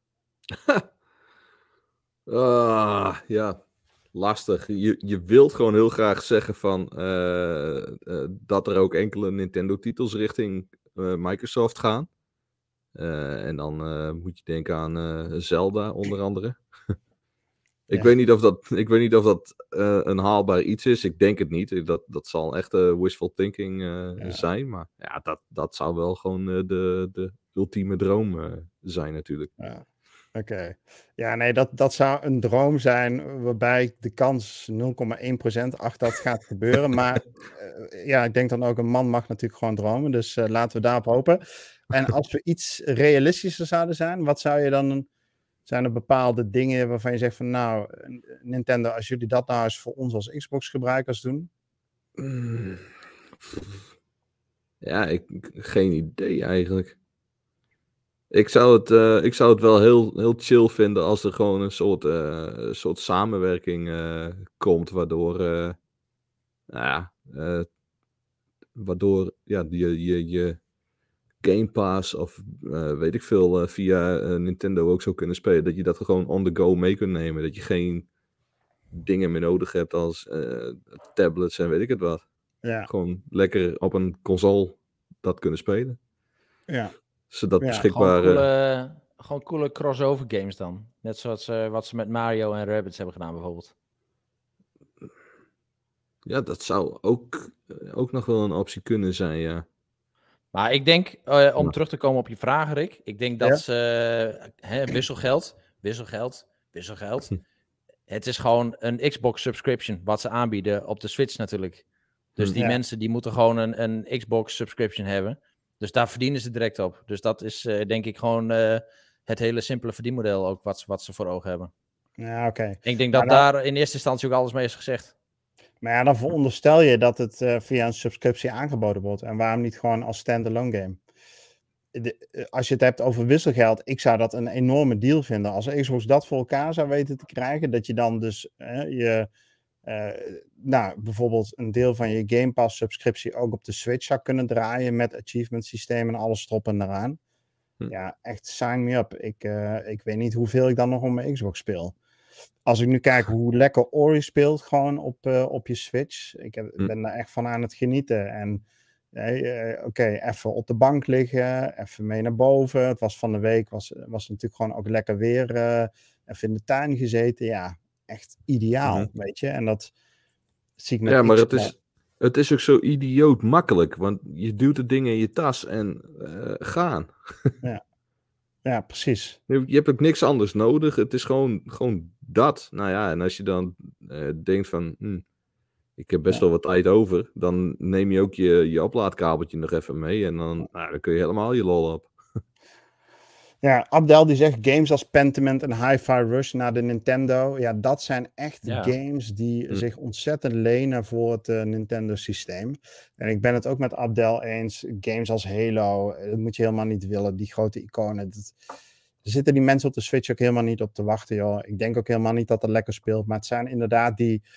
Ja, lastig. Je wilt gewoon heel graag zeggen van dat er ook enkele Nintendo-titels richting Microsoft gaan. En dan moet je denken aan Zelda onder andere. Ik weet niet of dat een haalbaar iets is. Ik denk het niet. Dat zal echt wishful thinking zijn. Maar ja, dat zou wel gewoon de ultieme droom zijn natuurlijk. Ja. Oké. Ja, nee, dat zou een droom zijn waarbij ik de kans 0,1% acht dat gaat gebeuren. Maar ik denk dan ook, een man mag natuurlijk gewoon dromen. Dus laten we daarop hopen. En als we iets realistischer zouden zijn, wat zou je dan... Zijn er bepaalde dingen waarvan je zegt van Nintendo, als jullie dat nou eens voor ons als Xbox gebruikers doen? Ja, geen idee eigenlijk. Ik zou het wel heel chill vinden als er gewoon een soort samenwerking komt, waardoor je Game Pass of weet ik veel via Nintendo ook zou kunnen spelen. Dat je dat gewoon on the go mee kunt nemen. Dat je geen dingen meer nodig hebt als tablets en weet ik het wat. Ja. Gewoon lekker op een console dat kunnen spelen. Ja. Zodat beschikbaar... Gewoon coole crossover games dan. Net zoals wat ze met Mario en Rabbids hebben gedaan bijvoorbeeld. Ja, dat zou ook nog wel een optie kunnen zijn, ja. Maar ik denk, om terug te komen op je vraag, Rick. Ik denk dat wisselgeld. Het is gewoon een Xbox subscription wat ze aanbieden op de Switch natuurlijk. Dus die mensen die moeten gewoon een Xbox subscription hebben. Dus daar verdienen ze direct op. Dus dat is denk ik gewoon het hele simpele verdienmodel ook wat ze voor ogen hebben. Ja, oké. Ik denk dat daar in eerste instantie ook alles mee is gezegd. Maar ja, dan veronderstel je dat het via een subscriptie aangeboden wordt. En waarom niet gewoon als standalone game? Als je het hebt over wisselgeld, ik zou dat een enorme deal vinden. Als Xbox dat voor elkaar zou weten te krijgen, dat je dan dus bijvoorbeeld een deel van je Game Pass subscriptie ook op de Switch zou kunnen draaien met achievement systeem en alles erop en eraan. Ja, echt sign me up. Ik weet niet hoeveel ik dan nog op mijn Xbox speel. Als ik nu kijk hoe lekker Ori speelt gewoon op je Switch. Ben daar echt van aan het genieten. En even op de bank liggen, even mee naar boven. Het was van de week, was natuurlijk gewoon ook lekker weer. Even in de tuin gezeten. Ja, echt ideaal, weet je. En dat zie ik met ja, maar het is ook zo idioot makkelijk. Want je duwt het ding in je tas en gaan. Ja. Ja, precies. Je hebt ook niks anders nodig. Het is gewoon dat. Nou ja, en als je dan denkt van... ik heb best Ja. wel wat tijd over. Dan neem je ook je oplaadkabeltje nog even mee. En dan kun je helemaal je lol op. Ja, Abdel die zegt games als Pentiment en Hi-Fi Rush naar de Nintendo. Ja, dat zijn echt Ja. games die zich ontzettend lenen voor het Nintendo systeem. En ik ben het ook met Abdel eens. Games als Halo, dat moet je helemaal niet willen. Die grote iconen. Er zitten die mensen op de Switch ook helemaal niet op te wachten, joh. Ik denk ook helemaal niet dat het lekker speelt. Maar het zijn inderdaad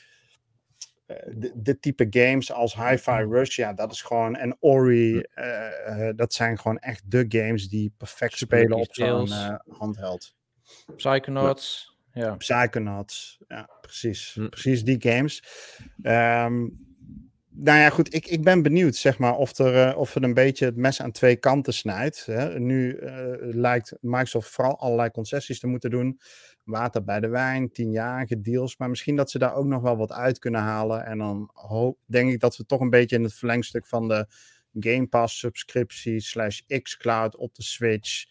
de type games als Hi-Fi Rush, ja, dat is gewoon... En Ori, dat zijn gewoon echt de games die perfect Super spelen Lucky op zo'n Tales. handheld. Psychonauts. Ja. Psychonauts, ja, precies. Hm. Precies die games. Nou ja, goed, ik ben benieuwd, zeg maar, of het een beetje het mes aan twee kanten snijdt. Hè. Nu lijkt Microsoft vooral allerlei concessies te moeten doen. Water bij de wijn, 10-jarige deals. Maar misschien dat ze daar ook nog wel wat uit kunnen halen. En dan denk ik dat we toch een beetje in het verlengstuk van de Game Pass subscriptie / xCloud op de Switch.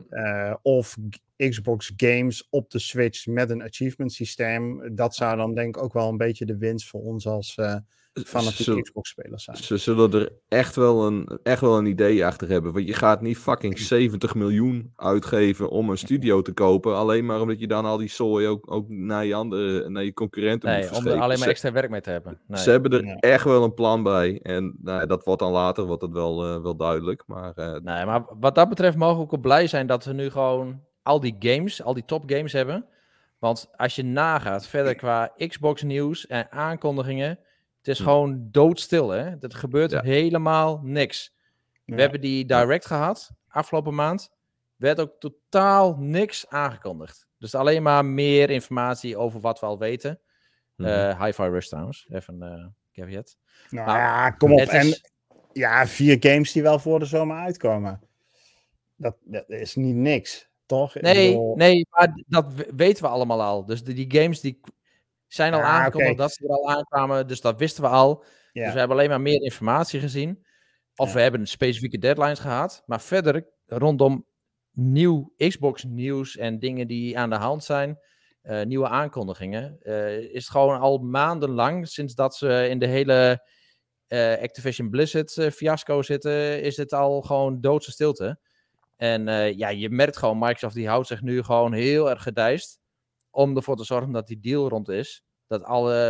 Of Xbox Games op de Switch met een achievement systeem. Dat zou dan denk ik ook wel een beetje de winst voor ons als fanatieke Xbox-spelers zijn. Ze zullen er echt wel een idee achter hebben. Want je gaat niet fucking 70 miljoen uitgeven om een studio te kopen. Alleen maar omdat je dan al die zooi ook naar je concurrenten moet Nee, om verschepen. er alleen maar extra werk mee te hebben. Nee. Ze hebben er echt wel een plan bij. En nou, dat wordt dan later wel duidelijk. Maar, Nee, maar wat dat betreft mogen we ook wel blij zijn dat we nu gewoon al die games, al die topgames hebben. Want als je nagaat verder qua Xbox nieuws en aankondigingen, het is gewoon doodstil, hè? Er gebeurt helemaal niks. Ja. We hebben die Direct gehad, afgelopen maand. Werd ook totaal niks aangekondigd. Dus alleen maar meer informatie over wat we al weten. Hi-Fi Rush trouwens, even caveat. Nou Maar ja, kom op. het is- En ja, 4 games die wel voor de zomer uitkomen. Dat is niet niks, toch? Ik bedoel- Nee, maar dat weten we allemaal al. Dus die games die zijn al Ja, aangekondigd oké. dat ze er al aankwamen. Dus dat wisten we al. Ja. Dus we hebben alleen maar meer informatie gezien. Of we hebben specifieke deadlines gehad. Maar verder, rondom nieuw Xbox nieuws en dingen die aan de hand zijn, nieuwe aankondigingen, is het gewoon al maandenlang, sinds dat ze in de hele Activision Blizzard fiasco zitten, is het al gewoon doodse stilte. En je merkt gewoon, Microsoft die houdt zich nu gewoon heel erg gedijst om ervoor te zorgen dat die deal rond is. Dat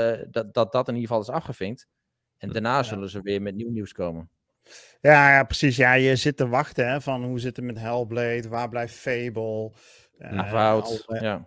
in ieder geval is afgevinkt. En daarna zullen ze weer met nieuw nieuws komen. Ja, precies. Ja, je zit te wachten hè, van hoe zit het met Hellblade, waar blijft Fable, Avowed,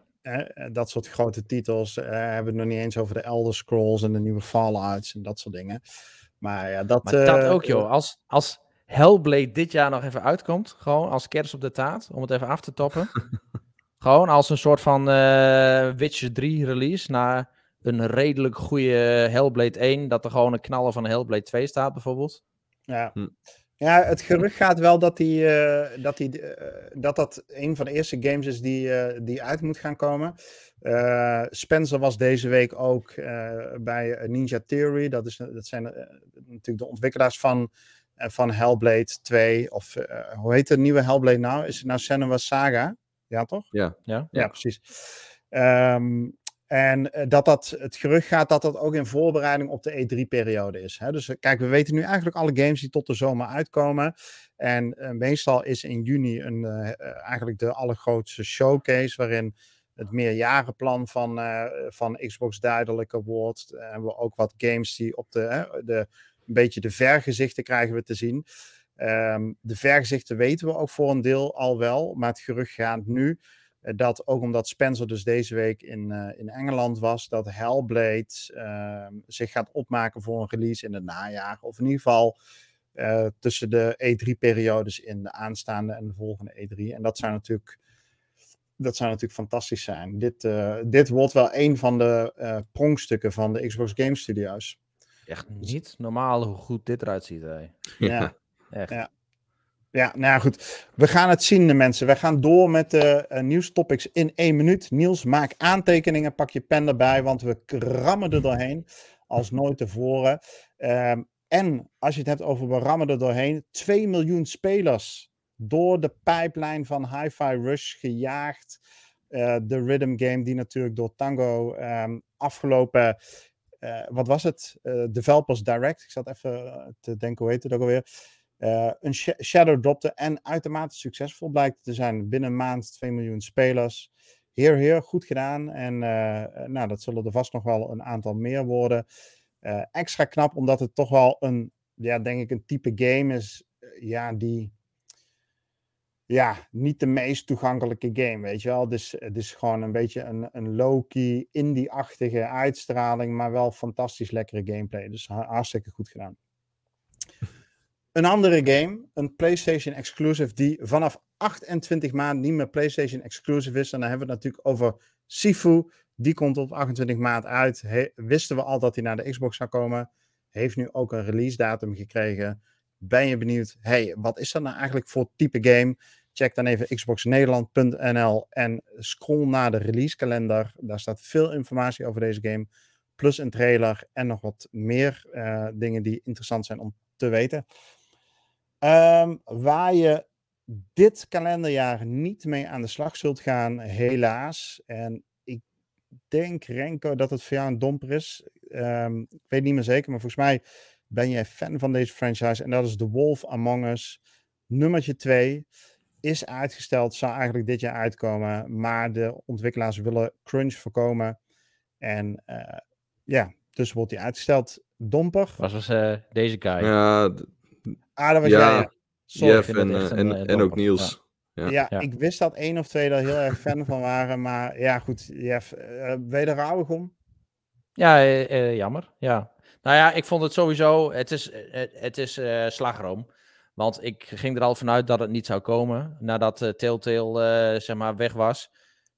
dat soort grote titels. Hebben we het nog niet eens over de Elder Scrolls en de nieuwe Fallouts en dat soort dingen. Maar ja, Maar dat ook joh, als Hellblade dit jaar nog even uitkomt, gewoon als kerst op de taart, om het even af te toppen. Gewoon als een soort van Witcher 3 release naar een redelijk goede Hellblade 1, dat er gewoon een knaller van Hellblade 2 staat bijvoorbeeld. Ja. Ja, het gerucht gaat wel dat dat een van de eerste games is die uit moet gaan komen. Spencer was deze week ook bij Ninja Theory. Dat zijn natuurlijk de ontwikkelaars van Hellblade 2. Of hoe heet de nieuwe Hellblade nou? Is het nou Senua's Saga? Ja, toch? Ja, precies. En het gerucht gaat dat dat ook in voorbereiding op de E3-periode is. Hè? Dus kijk, we weten nu eigenlijk alle games die tot de zomer uitkomen. En meestal is in juni eigenlijk de allergrootste showcase, waarin het meerjarenplan van Xbox duidelijker wordt. En we ook wat games die op een beetje de vergezichten krijgen we te zien. De vergezichten weten we ook voor een deel al wel, maar het gerucht gaat nu dat ook omdat Spencer dus deze week in Engeland was, dat Hellblade zich gaat opmaken voor een release in het najaar. Of in ieder geval tussen de E3-periodes in de aanstaande en de volgende E3. En dat zou natuurlijk fantastisch zijn. Dit wordt wel een van de pronkstukken van de Xbox Game Studios. Echt niet normaal hoe goed dit eruit ziet. Hè. Ja. Echt. Ja, nou ja, goed. We gaan het zien, de mensen. We gaan door met de nieuwstopics in 1 minuut. Niels, maak aantekeningen, pak je pen erbij, want we rammen er doorheen als nooit tevoren. En als je het hebt over we rammen er doorheen, 2 miljoen spelers door de pipeline van Hi-Fi Rush gejaagd. De rhythm game die natuurlijk door Tango afgelopen... wat was het? Developers Direct. Ik zat even te denken, hoe heet het ook alweer? Een shadow dropte en uitermate succesvol blijkt te zijn. Binnen een maand 2 miljoen spelers. Heer, goed gedaan. En nou, dat zullen er vast nog wel een aantal meer worden. Extra knap, omdat het toch wel een, ja, denk ik, een type game is, die niet de meest toegankelijke game, weet je wel. Het is gewoon een beetje een low-key, indie-achtige uitstraling, maar wel fantastisch lekkere gameplay. Dus hartstikke goed gedaan. Een andere game, een PlayStation exclusive, die vanaf 28 maart niet meer PlayStation exclusive is. En dan hebben we het natuurlijk over Sifu. Die komt op 28 maart uit. Wisten we al dat hij naar de Xbox zou komen. Heeft nu ook een release datum gekregen. Ben je benieuwd, wat is dat nou eigenlijk voor type game? Check dan even xboxnederland.nl en scroll naar de release kalender. Daar staat veel informatie over deze game. Plus een trailer en nog wat meer dingen die interessant zijn om te weten. Waar je dit kalenderjaar niet mee aan de slag zult gaan, helaas. En ik denk, Renko, dat het voor jou een domper is. Ik weet niet meer zeker, maar volgens mij ben jij fan van deze franchise. En dat is The Wolf Among Us. Nummertje 2 is uitgesteld, zou eigenlijk dit jaar uitkomen. Maar de ontwikkelaars willen crunch voorkomen. En dus wordt die uitgesteld. Domper. Was deze guy. Ja, dat was jij. Ja. Sorry, Jeff en ook Niels. Ja, ik wist dat 1 of 2 daar heel erg fan van waren. Maar ja, goed, Jeff, ben je er rouwig om? Ja, jammer. Ja. Nou ja, ik vond het sowieso... Het is slagroom. Want ik ging er al vanuit dat het niet zou komen. Nadat Telltale weg was.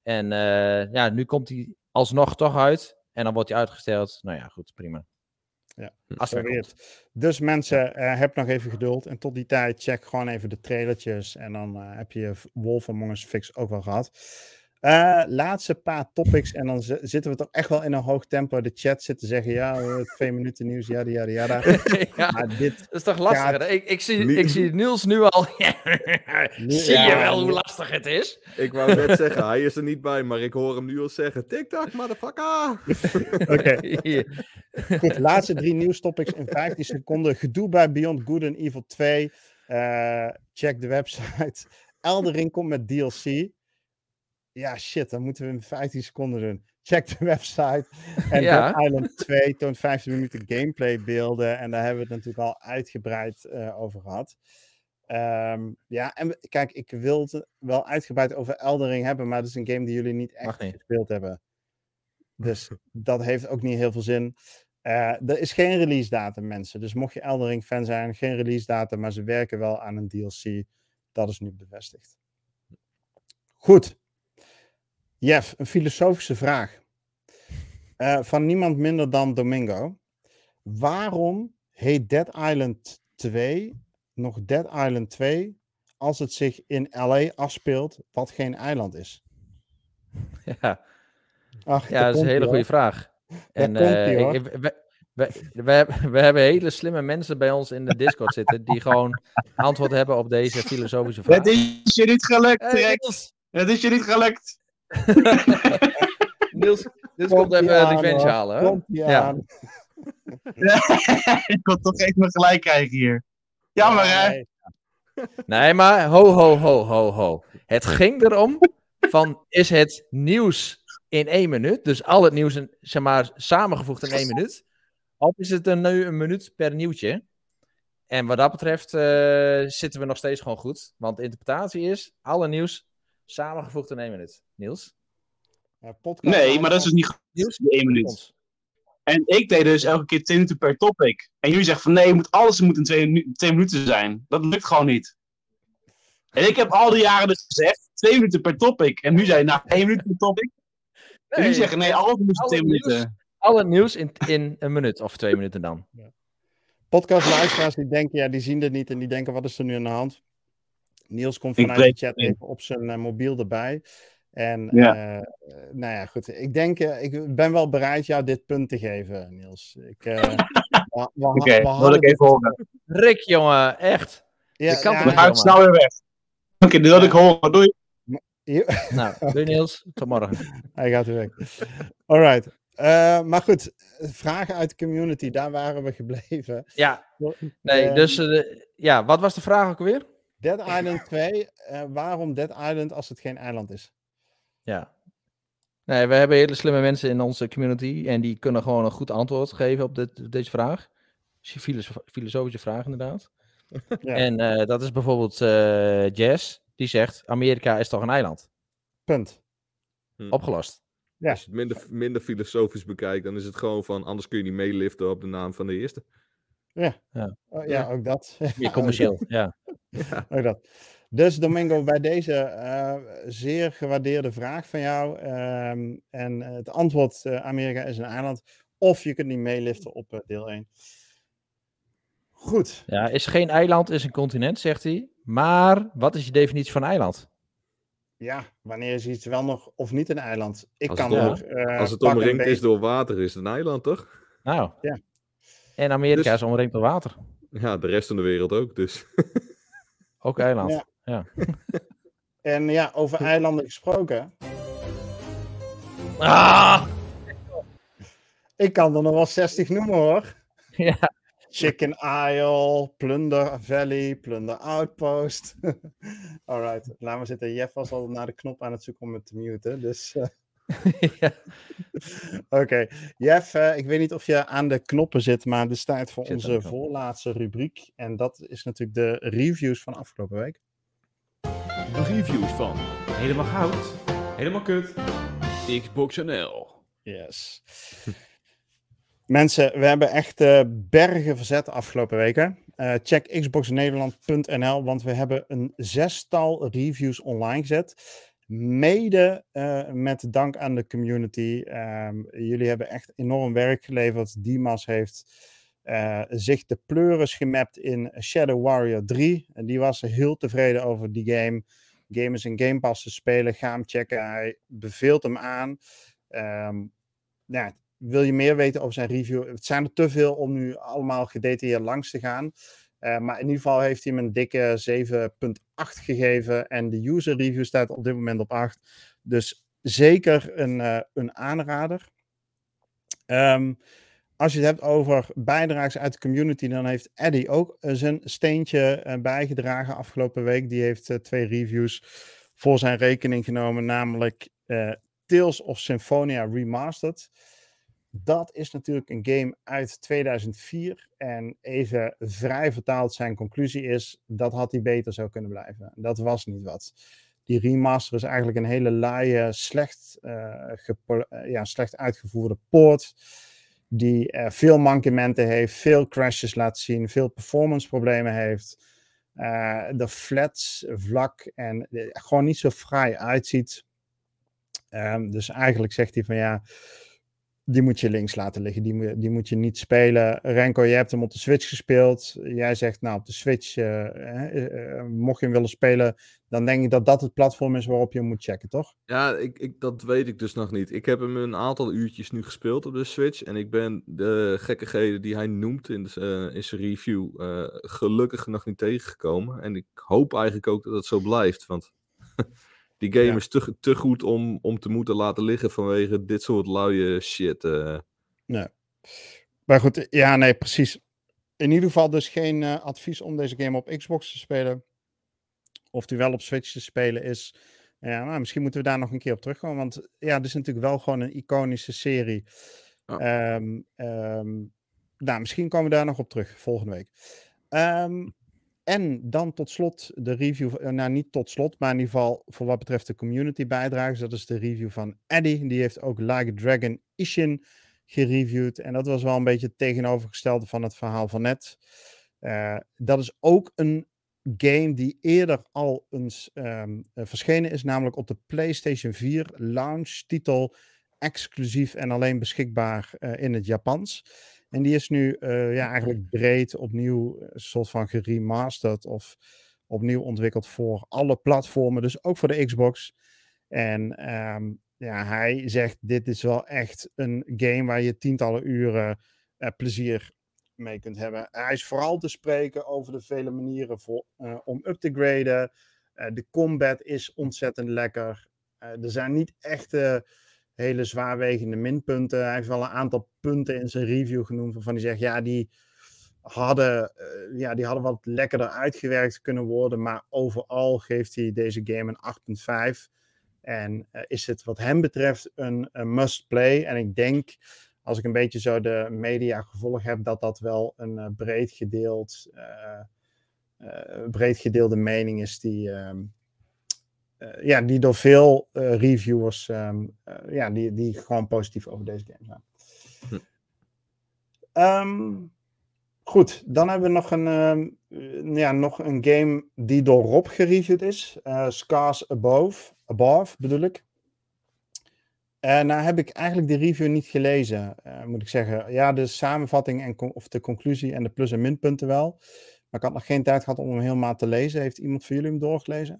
En nu komt hij alsnog toch uit. En dan wordt hij uitgesteld. Nou ja, goed, prima. Ja, dus mensen, heb nog even geduld. En tot die tijd check gewoon even de trailertjes. En dan heb je Wolf Among Us fix ook wel gehad. Laatste paar topics. En dan zitten we toch echt wel in een hoog tempo. De chat zit te zeggen, 2 minuten nieuws, ja. Maar dit dat is toch lastig? Hè? Ik zie Niels nu al. Zie je wel hoe lastig het is? Ik wou net zeggen, hij is er niet bij. Maar ik hoor hem nu al zeggen, TikTok, motherfucker. Oké. Goed, laatste 3 nieuwstopics in 15 seconden. Gedoe bij Beyond Good and Evil 2. Check de website. Elden Ring komt met DLC. Ja, shit, dan moeten we in 15 seconden doen. Check de website. En Dead Island 2 toont 15 minuten gameplay beelden. En daar hebben we het natuurlijk al uitgebreid over gehad. En kijk, ik wil het wel uitgebreid over Elden Ring hebben, maar dat is een game die jullie niet echt gespeeld hebben. Dus dat heeft ook niet heel veel zin. Er is geen release datum, mensen. Dus mocht je Elden Ring fan zijn, geen release datum, maar ze werken wel aan een DLC. Dat is nu bevestigd. Goed. Jeff, een filosofische vraag. Van niemand minder dan Domingo. Waarom heet Dead Island 2 nog Dead Island 2 als het zich in LA afspeelt, wat geen eiland is? Ja, dat is een hele goede vraag. En we hebben hele slimme mensen bij ons in de Discord zitten die gewoon antwoord hebben op deze filosofische vraag. Het is je niet gelukt, Het is je niet gelukt. Niels komt even revenge halen. Ja. Ik kon toch echt nog gelijk krijgen hier. Jammer, hè? Nee, maar ho. Het ging erom van, is het nieuws in 1 minuut? Dus al het nieuws samengevoegd in 1 minuut? Of is het nu een minuut per nieuwtje? En wat dat betreft zitten we nog steeds gewoon goed. Want de interpretatie is, alle nieuws samengevoegd in 1 minuut. Niels? Nee, maar dat is dus niet goed in 1 minuut. En ik deed dus elke keer 10 minuten per topic. En jullie zeggen van nee, alles moet in 2 minuten zijn. Dat lukt gewoon niet. En ik heb al die jaren dus gezegd, 2 minuten per topic. En nu zei je, 1 minuut per topic. En jullie zeggen nee, alles moet in 2 minuten. Alle nieuws in 1 minuut of 2 minuten dan. Ja. Podcastluisteraars die denken, die zien dit niet en die denken, wat is er nu aan de hand? Niels komt vanuit de chat even op zijn mobiel erbij. En goed. Ik denk, ik ben wel bereid jou dit punt te geven, Niels. Oké, wil ik even horen. Rick, jongen, echt. Dan ga ik snel weer weg. Oké, nu wil ik horen. Doei. Nou, doei Niels. Tot morgen. Hij gaat weer weg. Alright. Maar goed, vragen uit de community, daar waren we gebleven. Ja, nee, dus wat was de vraag ook alweer? Dead Island 2, waarom Dead Island als het geen eiland is? Ja. Nee, we hebben hele slimme mensen in onze community en die kunnen gewoon een goed antwoord geven op deze vraag. Filosofische vraag inderdaad. Ja. En dat is bijvoorbeeld Jess, die zegt, Amerika is toch een eiland? Punt. Opgelost. Ja. Als je het minder filosofisch bekijkt, dan is het gewoon van, anders kun je niet meeliften op de naam van de eerste. Ja, Ja. ja ook dat. Meer commercieel, ja. Ook dat. Dus Domingo, bij deze zeer gewaardeerde vraag van jou. En het antwoord, Amerika is een eiland. Of je kunt niet meeliften op deel 1. Goed. Ja, is geen eiland, is een continent, zegt hij. Maar wat is je definitie van eiland? Ja, wanneer is iets wel nog of niet een eiland? Als het omringd is door water, is het een eiland, toch? Nou, ja. En Amerika is omringd door water. Ja, de rest van de wereld ook, dus. Ook eiland, ja. En ja, over eilanden gesproken. Ik kan er nog wel 60 noemen, hoor. Ja. Chicken Isle, Plunder Valley, Plunder Outpost. Alright, laat maar zitten. Jeff was al naar de knop aan het zoeken om het te muten, dus... Ja. Oké. Jeff, ik weet niet of je aan de knoppen zit, maar het is tijd voor onze voorlaatste rubriek. En dat is natuurlijk de reviews van afgelopen week. De reviews van Helemaal Goud, Helemaal Kut, Xbox NL. Yes. Mensen, we hebben echt bergen verzet de afgelopen weken. Check xboxnederland.nl, want we hebben een 6-tal reviews online gezet. Mede met dank aan de community. Jullie hebben echt enorm werk geleverd. Dimas heeft zich de pleuris gemapt in Shadow Warrior 3. En die was heel tevreden over die game. Game is in Game Pass te spelen. Ga hem checken. Hij beveelt hem aan. Wil je meer weten over zijn review? Het zijn er te veel om nu allemaal gedetailleerd langs te gaan. Maar in ieder geval heeft hij hem een dikke 7,8 gegeven. En de user review staat op dit moment op 8. Dus zeker een aanrader. Als je het hebt over bijdrages uit de community, dan heeft Eddie ook zijn steentje bijgedragen afgelopen week. Die heeft 2 reviews voor zijn rekening genomen. Namelijk Tales of Symphonia Remastered. Dat is natuurlijk een game uit 2004 en even vrij vertaald zijn conclusie is, dat had hij beter zou kunnen blijven. Dat was niet wat. Die remaster is eigenlijk een hele laaie, slecht uitgevoerde poort, die veel mankementen heeft, veel crashes laat zien, veel performance problemen heeft, de flats vlak en gewoon niet zo fraai uitziet. Dus eigenlijk zegt hij van ja, die moet je links laten liggen. Die moet je niet spelen. Renko, je hebt hem op de Switch gespeeld. Jij zegt, nou, op de Switch, mocht je hem willen spelen, dan denk ik dat dat het platform is waarop je hem moet checken, toch? Ja, dat weet ik dus nog niet. Ik heb hem een aantal uurtjes nu gespeeld op de Switch. En ik ben de gekkigheden die hij noemt in zijn review gelukkig nog niet tegengekomen. En ik hoop eigenlijk ook dat het zo blijft. Want die game is te goed om te moeten laten liggen vanwege dit soort luie shit. Nee. Maar goed, ja, nee, precies. In ieder geval dus geen advies om deze game op Xbox te spelen. Of die wel op Switch te spelen is. Ja, nou, misschien moeten we daar nog een keer op terugkomen. Want ja, dit is natuurlijk wel gewoon een iconische serie. Oh. Nou, misschien komen we daar nog op terug volgende week. En dan tot slot de review, nou niet tot slot, maar in ieder geval voor wat betreft de community bijdragers. Dat is de review van Eddie. Die heeft ook Like a Dragon Ishin gereviewd. En dat was wel een beetje het tegenovergestelde van het verhaal van net. Dat is ook een game die eerder al eens verschenen is. Namelijk op de PlayStation 4 launch titel. Exclusief en alleen beschikbaar in het Japans. En die is nu eigenlijk breed opnieuw een soort van geremasterd of opnieuw ontwikkeld voor alle platformen. Dus ook voor de Xbox. En hij zegt dit is wel echt een game waar je tientallen uren plezier mee kunt hebben. Hij is vooral te spreken over de vele manieren om up te graden. De combat is ontzettend lekker. Er zijn niet echt hele zwaarwegende minpunten. Hij heeft wel een aantal punten in zijn review genoemd waarvan hij zegt, ja, die hadden wat lekkerder uitgewerkt kunnen worden, maar overal geeft hij deze game een 8,5. En is het wat hem betreft een must play. En ik denk, als ik een beetje zo de media gevolgd heb, dat dat wel een breed gedeelde mening is die door veel reviewers die gewoon positief over deze game zijn. Goed, dan hebben we nog een game die door Rob gereviewd is. Scars Above bedoel ik. Nou heb ik eigenlijk de review niet gelezen, moet ik zeggen. Ja, de samenvatting of de conclusie en de plus- en minpunten wel. Maar ik had nog geen tijd gehad om hem helemaal te lezen. Heeft iemand van jullie hem doorgelezen?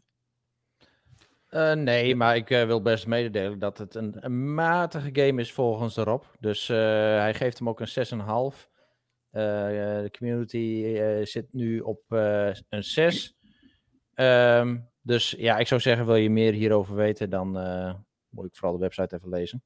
Nee, maar ik wil best mededelen dat het een matige game is volgens Rob. Dus hij geeft hem ook een 6,5. De community zit nu op een 6. Dus ja, ik zou zeggen, wil je meer hierover weten, dan moet ik vooral de website even lezen.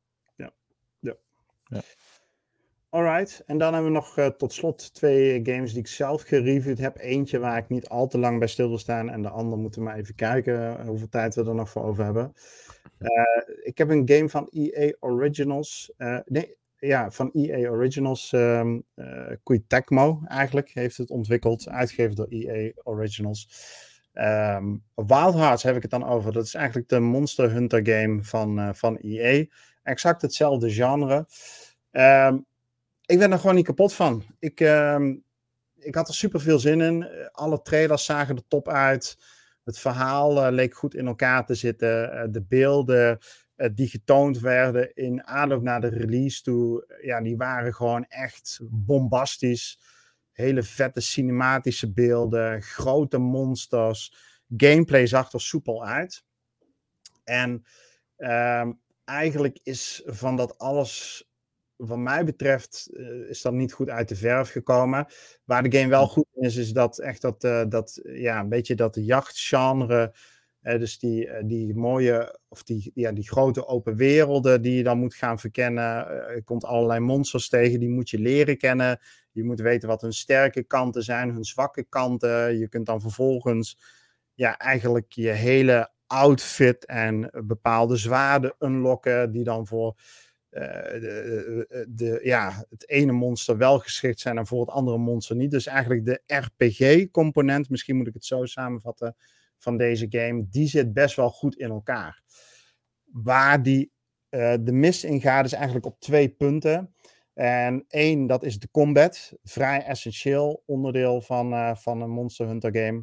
Ja. Alright, en dan hebben we nog tot slot 2 games die ik zelf gereviewd heb. Eentje waar ik niet al te lang bij stil wil staan en de andere moeten we maar even kijken hoeveel tijd we er nog voor over hebben. Ik heb een game van EA Originals. Van EA Originals. Koei Tecmo eigenlijk heeft het ontwikkeld, uitgegeven door EA Originals. Wild Hearts heb ik het dan over. Dat is eigenlijk de Monster Hunter game van EA. Exact hetzelfde genre. Ik ben er gewoon niet kapot van. Ik had er super veel zin in. Alle trailers zagen er top uit. Het verhaal leek goed in elkaar te zitten. De beelden die getoond werden in aanloop naar de release toe, die waren gewoon echt bombastisch. Hele vette cinematische beelden, grote monsters. Gameplay zag er soepel uit. En eigenlijk is van dat alles, wat mij betreft, is dat niet goed uit de verf gekomen. Waar de game wel goed in is dat echt een beetje dat jachtgenre. Dus die mooie, of die grote open werelden die je dan moet gaan verkennen. Je komt allerlei monsters tegen, die moet je leren kennen. Je moet weten wat hun sterke kanten zijn, hun zwakke kanten. Je kunt dan vervolgens eigenlijk je hele outfit en bepaalde zwaarden unlocken die dan voor het ene monster wel geschikt zijn en voor het andere monster niet. Dus eigenlijk de RPG-component, misschien moet ik het zo samenvatten, van deze game, die zit best wel goed in elkaar. Waar de mis in gaat is eigenlijk op 2 punten. En 1, dat is de combat. Vrij essentieel onderdeel van een Monster Hunter game.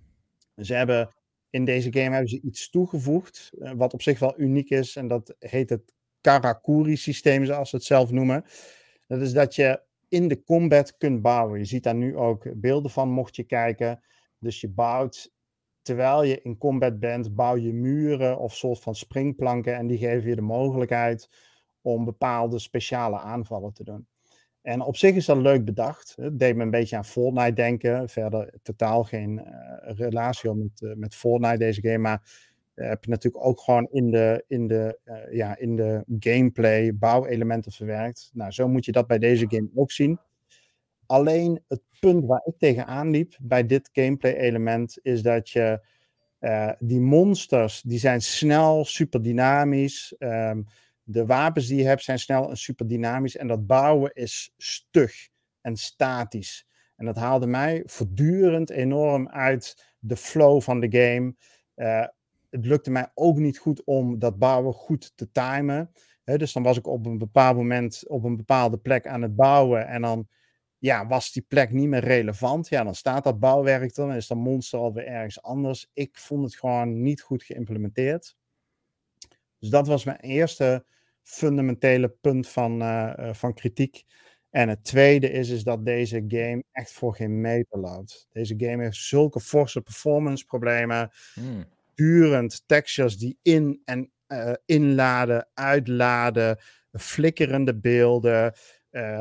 In deze game hebben ze iets toegevoegd, wat op zich wel uniek is. En dat heet het Karakuri-systeem, zoals ze het zelf noemen. Dat is dat je in de combat kunt bouwen. Je ziet daar nu ook beelden van, mocht je kijken. Dus je bouwt, terwijl je in combat bent, bouw je muren of soort van springplanken. En die geven je de mogelijkheid om bepaalde speciale aanvallen te doen. En op zich is dat leuk bedacht. Het deed me een beetje aan Fortnite denken. Verder totaal geen relatie met Fortnite, deze game. Maar heb je natuurlijk ook gewoon in de gameplay bouwelementen verwerkt. Nou, zo moet je dat bij deze game ook zien. Alleen het punt waar ik tegenaan liep bij dit gameplay element is dat je die monsters, die zijn snel, super dynamisch. De wapens die je hebt zijn snel en super dynamisch. En dat bouwen is stug en statisch. En dat haalde mij voortdurend enorm uit de flow van de game. Het lukte mij ook niet goed om dat bouwen goed te timen. Dus dan was ik op een bepaald moment op een bepaalde plek aan het bouwen. En dan was die plek niet meer relevant. Ja, dan staat dat bouwwerk er. Dan is dat monster alweer ergens anders. Ik vond het gewoon niet goed geïmplementeerd. Dus dat was mijn eerste fundamentele punt van kritiek. En het tweede is dat deze game echt voor geen meter loopt. Deze game heeft zulke forse performance problemen. Durend textures die inladen, uitladen, flikkerende beelden,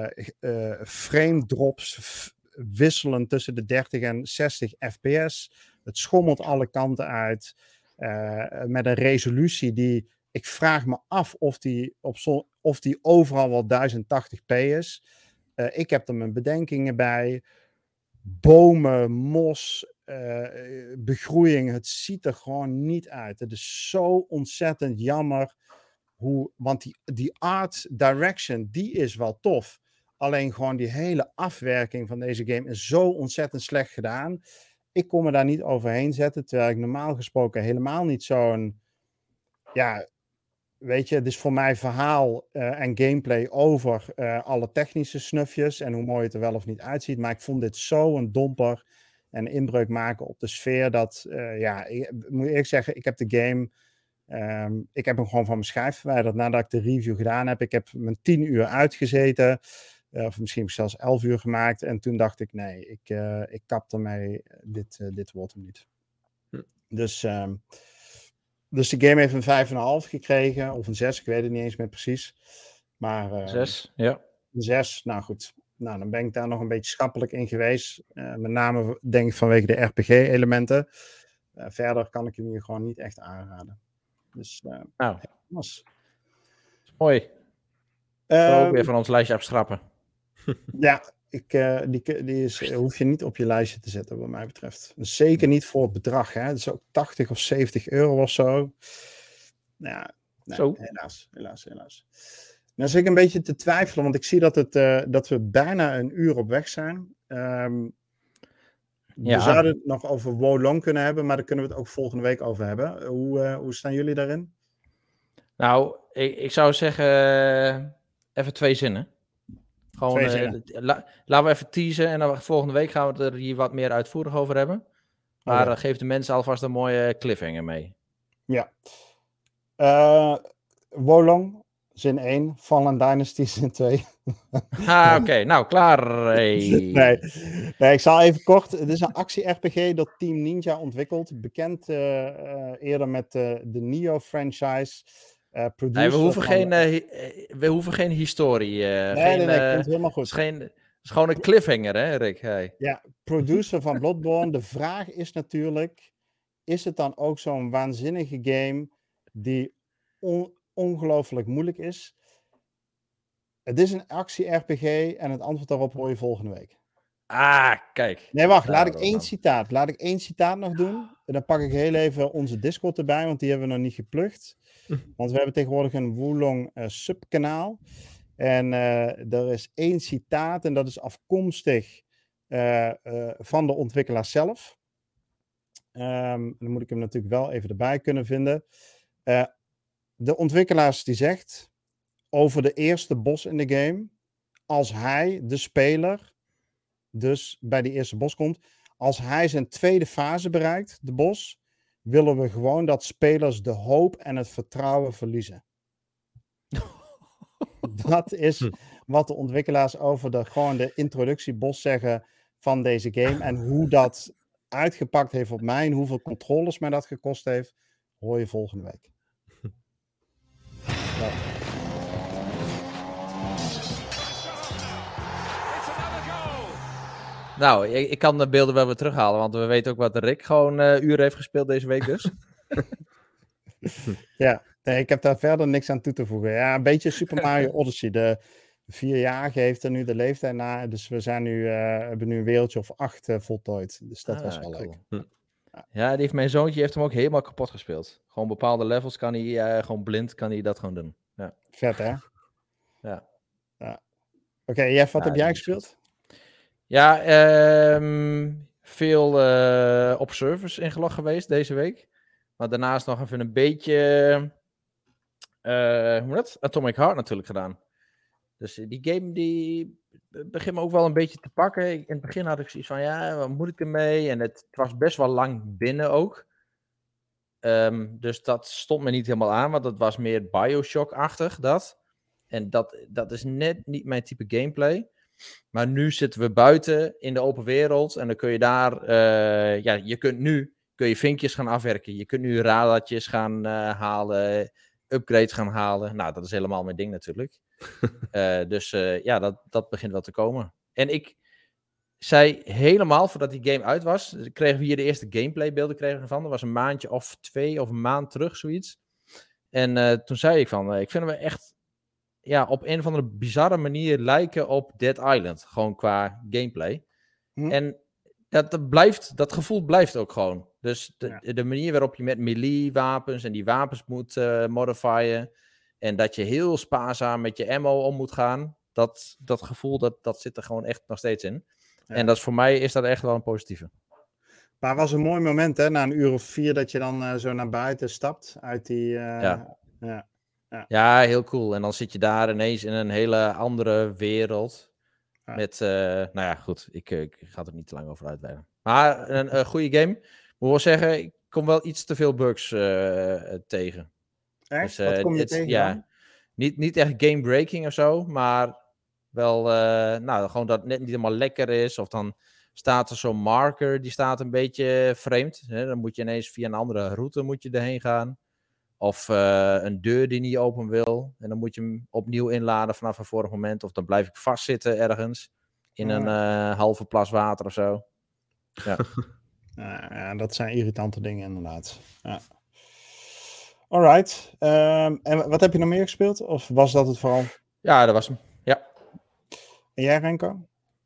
frame drops wisselen tussen de 30 en 60 fps. Het schommelt alle kanten uit. Met een resolutie die... Ik vraag me af of die overal wel 1080p is. Ik heb er mijn bedenkingen bij. Bomen, mos, begroeiing. Het ziet er gewoon niet uit. Het is zo ontzettend jammer. Want die art direction, die is wel tof. Alleen gewoon die hele afwerking van deze game is zo ontzettend slecht gedaan. Ik kon me daar niet overheen zetten. Terwijl ik normaal gesproken helemaal niet zo'n... Ja, weet je, het is voor mij verhaal en gameplay over alle technische snufjes. En hoe mooi het er wel of niet uitziet. Maar ik vond dit zo een domper en inbreuk maken op de sfeer. Dat, ik moet eerlijk zeggen, ik heb de game... ik heb hem gewoon van mijn schijf verwijderd nadat ik de review gedaan heb. Ik heb mijn 10 uur uitgezeten. Of misschien heb ik zelfs 11 uur gemaakt. En toen dacht ik, nee, ik kap ermee. Dit wordt hem niet. Dus de game heeft een 5,5 gekregen. Of een 6, ik weet het niet eens meer precies. Maar 6, ja. Een 6, nou goed. Nou, dan ben ik daar nog een beetje schappelijk in geweest. Met name denk ik vanwege de RPG-elementen. Verder kan ik hem hier gewoon niet echt aanraden. Dus, was mooi. Ook weer van ons lijstje afschrappen. Ja, hoef je niet op je lijstje te zetten, wat mij betreft. Dus zeker niet voor het bedrag. Hè? Dat is ook 80 of 70 euro of zo. Ja, nee, zo. Helaas. Dan zit ik een beetje te twijfelen, want ik zie dat we bijna een uur op weg zijn. We zouden het nog over Wolong kunnen hebben, maar daar kunnen we het ook volgende week over hebben. Hoe staan jullie daarin? Nou, ik zou zeggen, even 2 zinnen. Gewoon, laten we even teasen en dan volgende week gaan we het er hier wat meer uitvoerig over hebben. Maar geef de mensen alvast een mooie cliffhanger mee. Ja. Wolong, zin 1. Fallen Dynasty, zin 2. Oké. Nou, klaar. Nee, ik zal even kort. Het is een actie-RPG door Team Ninja ontwikkeld. Bekend eerder met de Nioh-franchise. We hoeven geen historie. Nee, komt helemaal goed. Het is gewoon een cliffhanger, hè, Rick? Hey. Ja, producer van Bloodborne. De vraag is natuurlijk, is het dan ook zo'n waanzinnige game die ongelooflijk moeilijk is? Het is een actie-RPG en het antwoord daarop hoor je volgende week. Kijk. Nee, wacht. Laat ik één citaat nog doen. En dan pak ik heel even onze Discord erbij, want die hebben we nog niet geplukt. Want we hebben tegenwoordig een Wolong subkanaal. En er is 1 citaat en dat is afkomstig van de ontwikkelaar zelf. Dan moet ik hem natuurlijk wel even erbij kunnen vinden. De ontwikkelaars die zegt over de eerste boss in de game, als hij, de speler, dus bij die eerste boss komt, als hij zijn tweede fase bereikt, de boss, willen we gewoon dat spelers de hoop en het vertrouwen verliezen. Dat is wat de ontwikkelaars over gewoon de introductieboss zeggen van deze game. En hoe dat uitgepakt heeft op mij en hoeveel controles mij dat gekost heeft, hoor je volgende week. Ja. Nou, ik kan de beelden wel weer terughalen, want we weten ook wat Rick gewoon uren heeft gespeeld deze week dus. Ja, nee, ik heb daar verder niks aan toe te voegen. Ja, een beetje Super Mario Odyssey. De 4-jarige heeft er nu de leeftijd na, dus we zijn hebben nu een wereldje of 8 voltooid. Dus dat was wel cool. leuk. Ja, mijn zoontje heeft hem ook helemaal kapot gespeeld. Gewoon bepaalde levels kan hij, gewoon blind kan hij dat gewoon doen. Ja. Vet, hè? Ja. Oké, Jeff, wat heb jij gespeeld? Ja, veel op servers ingelogd geweest deze week. Maar daarnaast nog even een beetje Atomic Heart natuurlijk gedaan. Dus die game die begint me ook wel een beetje te pakken. In het begin had ik zoiets van, ja, wat moet ik ermee? En het was best wel lang binnen ook. Dus dat stond me niet helemaal aan, want dat was meer Bioshock-achtig, dat. En dat is net niet mijn type gameplay. Maar nu zitten we buiten in de open wereld en dan kun je daar, kun je vinkjes gaan afwerken. Je kunt nu radartjes gaan halen, upgrades gaan halen. Nou, dat is helemaal mijn ding natuurlijk. Dus dat begint wel te komen. En zei helemaal voordat die game uit was, kregen we hier de eerste gameplaybeelden ervan. Dat was een maandje of 2 of een maand terug, zoiets. En toen zei ik van, ik vind we echt op een of andere bizarre manier lijken op Dead Island. Gewoon qua gameplay. En dat gevoel blijft ook gewoon. Dus de manier waarop je met melee wapens en die wapens moet modifieren. En dat je heel spaarzaam met je ammo om moet gaan. Dat gevoel, dat zit er gewoon echt nog steeds in. Ja. En voor mij is dat echt wel een positieve. Maar het was een mooi moment, hè? Na een uur of 4 dat je dan zo naar buiten stapt uit die... Ja, heel cool. En dan zit je daar ineens in een hele andere wereld. Ja. Met, goed, ik ga er niet te lang over uitweiden. Maar een goede game. Ik moet wel zeggen, ik kom wel iets te veel bugs tegen. Echt? Dus, wat kom je tegen dan? Niet echt game-breaking of zo, maar wel gewoon dat het net niet helemaal lekker is. Of dan staat er zo'n marker, die staat een beetje vreemd. Hè? Dan moet je ineens via een andere route erheen gaan. Of een deur die niet open wil. En dan moet je hem opnieuw inladen vanaf een vorig moment. Of dan blijf ik vastzitten ergens. In een halve plas water of zo. Ja. Ja, dat zijn irritante dingen inderdaad. Ja. Alright. En wat heb je nog meer gespeeld? Of was dat het vooral? Ja, dat was hem. Ja. En jij, Renko?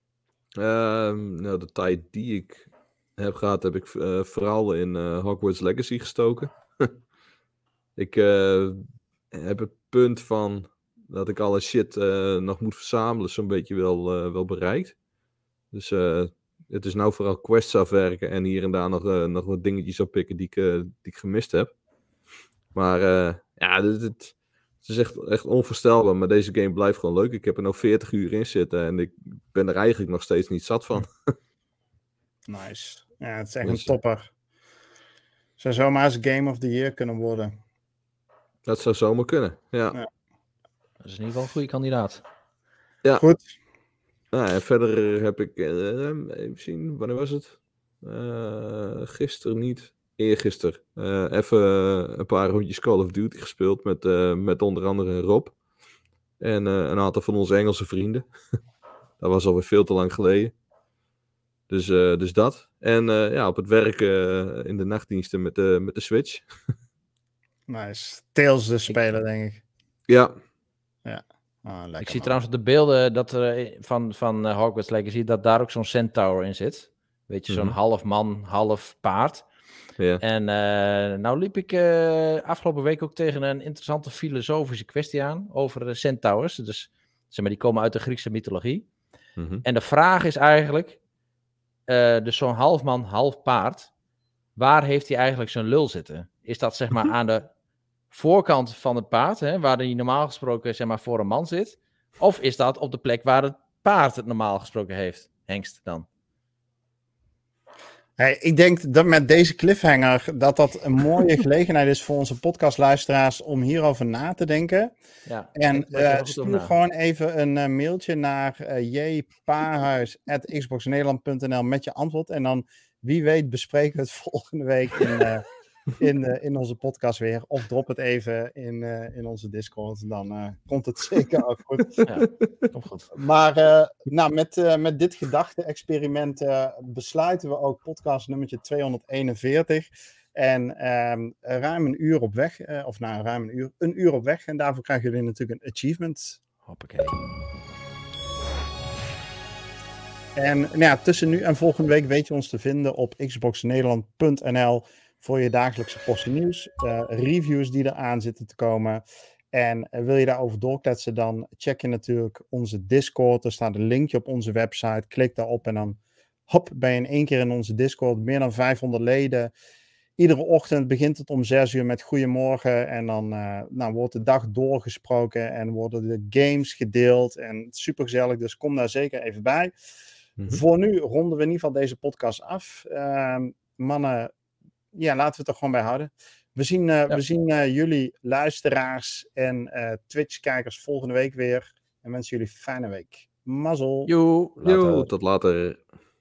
De tijd die ik heb gehad, heb ik vooral in Hogwarts Legacy gestoken. Ik heb het punt van dat ik alle shit nog moet verzamelen zo'n beetje wel bereikt. Dus het is nou vooral quests afwerken en hier en daar nog wat dingetjes oppikken die ik gemist heb. Maar het is echt onvoorstelbaar, maar deze game blijft gewoon leuk. Ik heb er nou 40 uur in zitten en ik ben er eigenlijk nog steeds niet zat van. Nice. Ja, het is echt een topper. Zou zomaar eens Game of the Year kunnen worden. Dat zou zomaar kunnen, ja. Dat is in ieder geval een goede kandidaat. Ja. Goed. En verder heb ik, even zien, wanneer was het? Gisteren niet, eergisteren. Even een paar rondjes Call of Duty gespeeld met onder andere Rob. En een aantal van onze Engelse vrienden. Dat was alweer veel te lang geleden. Dus dat. En op het werk in de nachtdiensten met de Switch. Nice. Tales dus spelen, denk ik. Ja. Lekker, ik zie trouwens op de beelden dat van Hogwarts Legacy dat daar ook zo'n centaur in zit. Weet je, zo'n half man, half paard. Ja. En nou liep ik afgelopen week ook tegen een interessante filosofische kwestie aan over centaurs. Dus zeg maar, die komen uit de Griekse mythologie. En de vraag is eigenlijk, dus zo'n half man, half paard, waar heeft hij eigenlijk zijn lul zitten? Is dat zeg maar aan de voorkant van het paard, hè, waar hij normaal gesproken zeg maar voor een man zit? Of is dat op de plek waar het paard het normaal gesproken heeft? Hengst dan. Hey, ik denk dat met deze cliffhanger dat een mooie gelegenheid is voor onze podcastluisteraars om hierover na te denken. Ja, en stuur gewoon even een mailtje naar jpaarhuis@xboxnederland.nl met je antwoord. En dan, wie weet, bespreken we het volgende week in onze podcast weer. Of drop het even in onze Discord. Dan komt het zeker ook goed. Ja, komt goed. Maar met dit gedachte-experiment besluiten we ook podcast nummertje 241. En ruim een uur op weg. Een uur op weg. En daarvoor krijgen jullie natuurlijk een achievement. Hoppakee. En tussen nu en volgende week weet je ons te vinden op xboxnederland.nl voor je dagelijkse portie nieuws, reviews die eraan zitten te komen. En wil je daarover doorkletsen, dan check je natuurlijk onze Discord. Er staat een linkje op onze website. Klik daarop en dan ben je in één keer in onze Discord. Meer dan 500 leden. Iedere ochtend begint het om 6 uur met goedemorgen. En dan wordt de dag doorgesproken en worden de games gedeeld. En supergezellig, dus kom daar zeker even bij. Voor nu ronden we in ieder geval deze podcast af. Mannen, laten we het er gewoon bij houden. We zien jullie luisteraars en Twitch-kijkers volgende week weer. En wensen jullie een fijne week. Mazzel. Joe, tot later.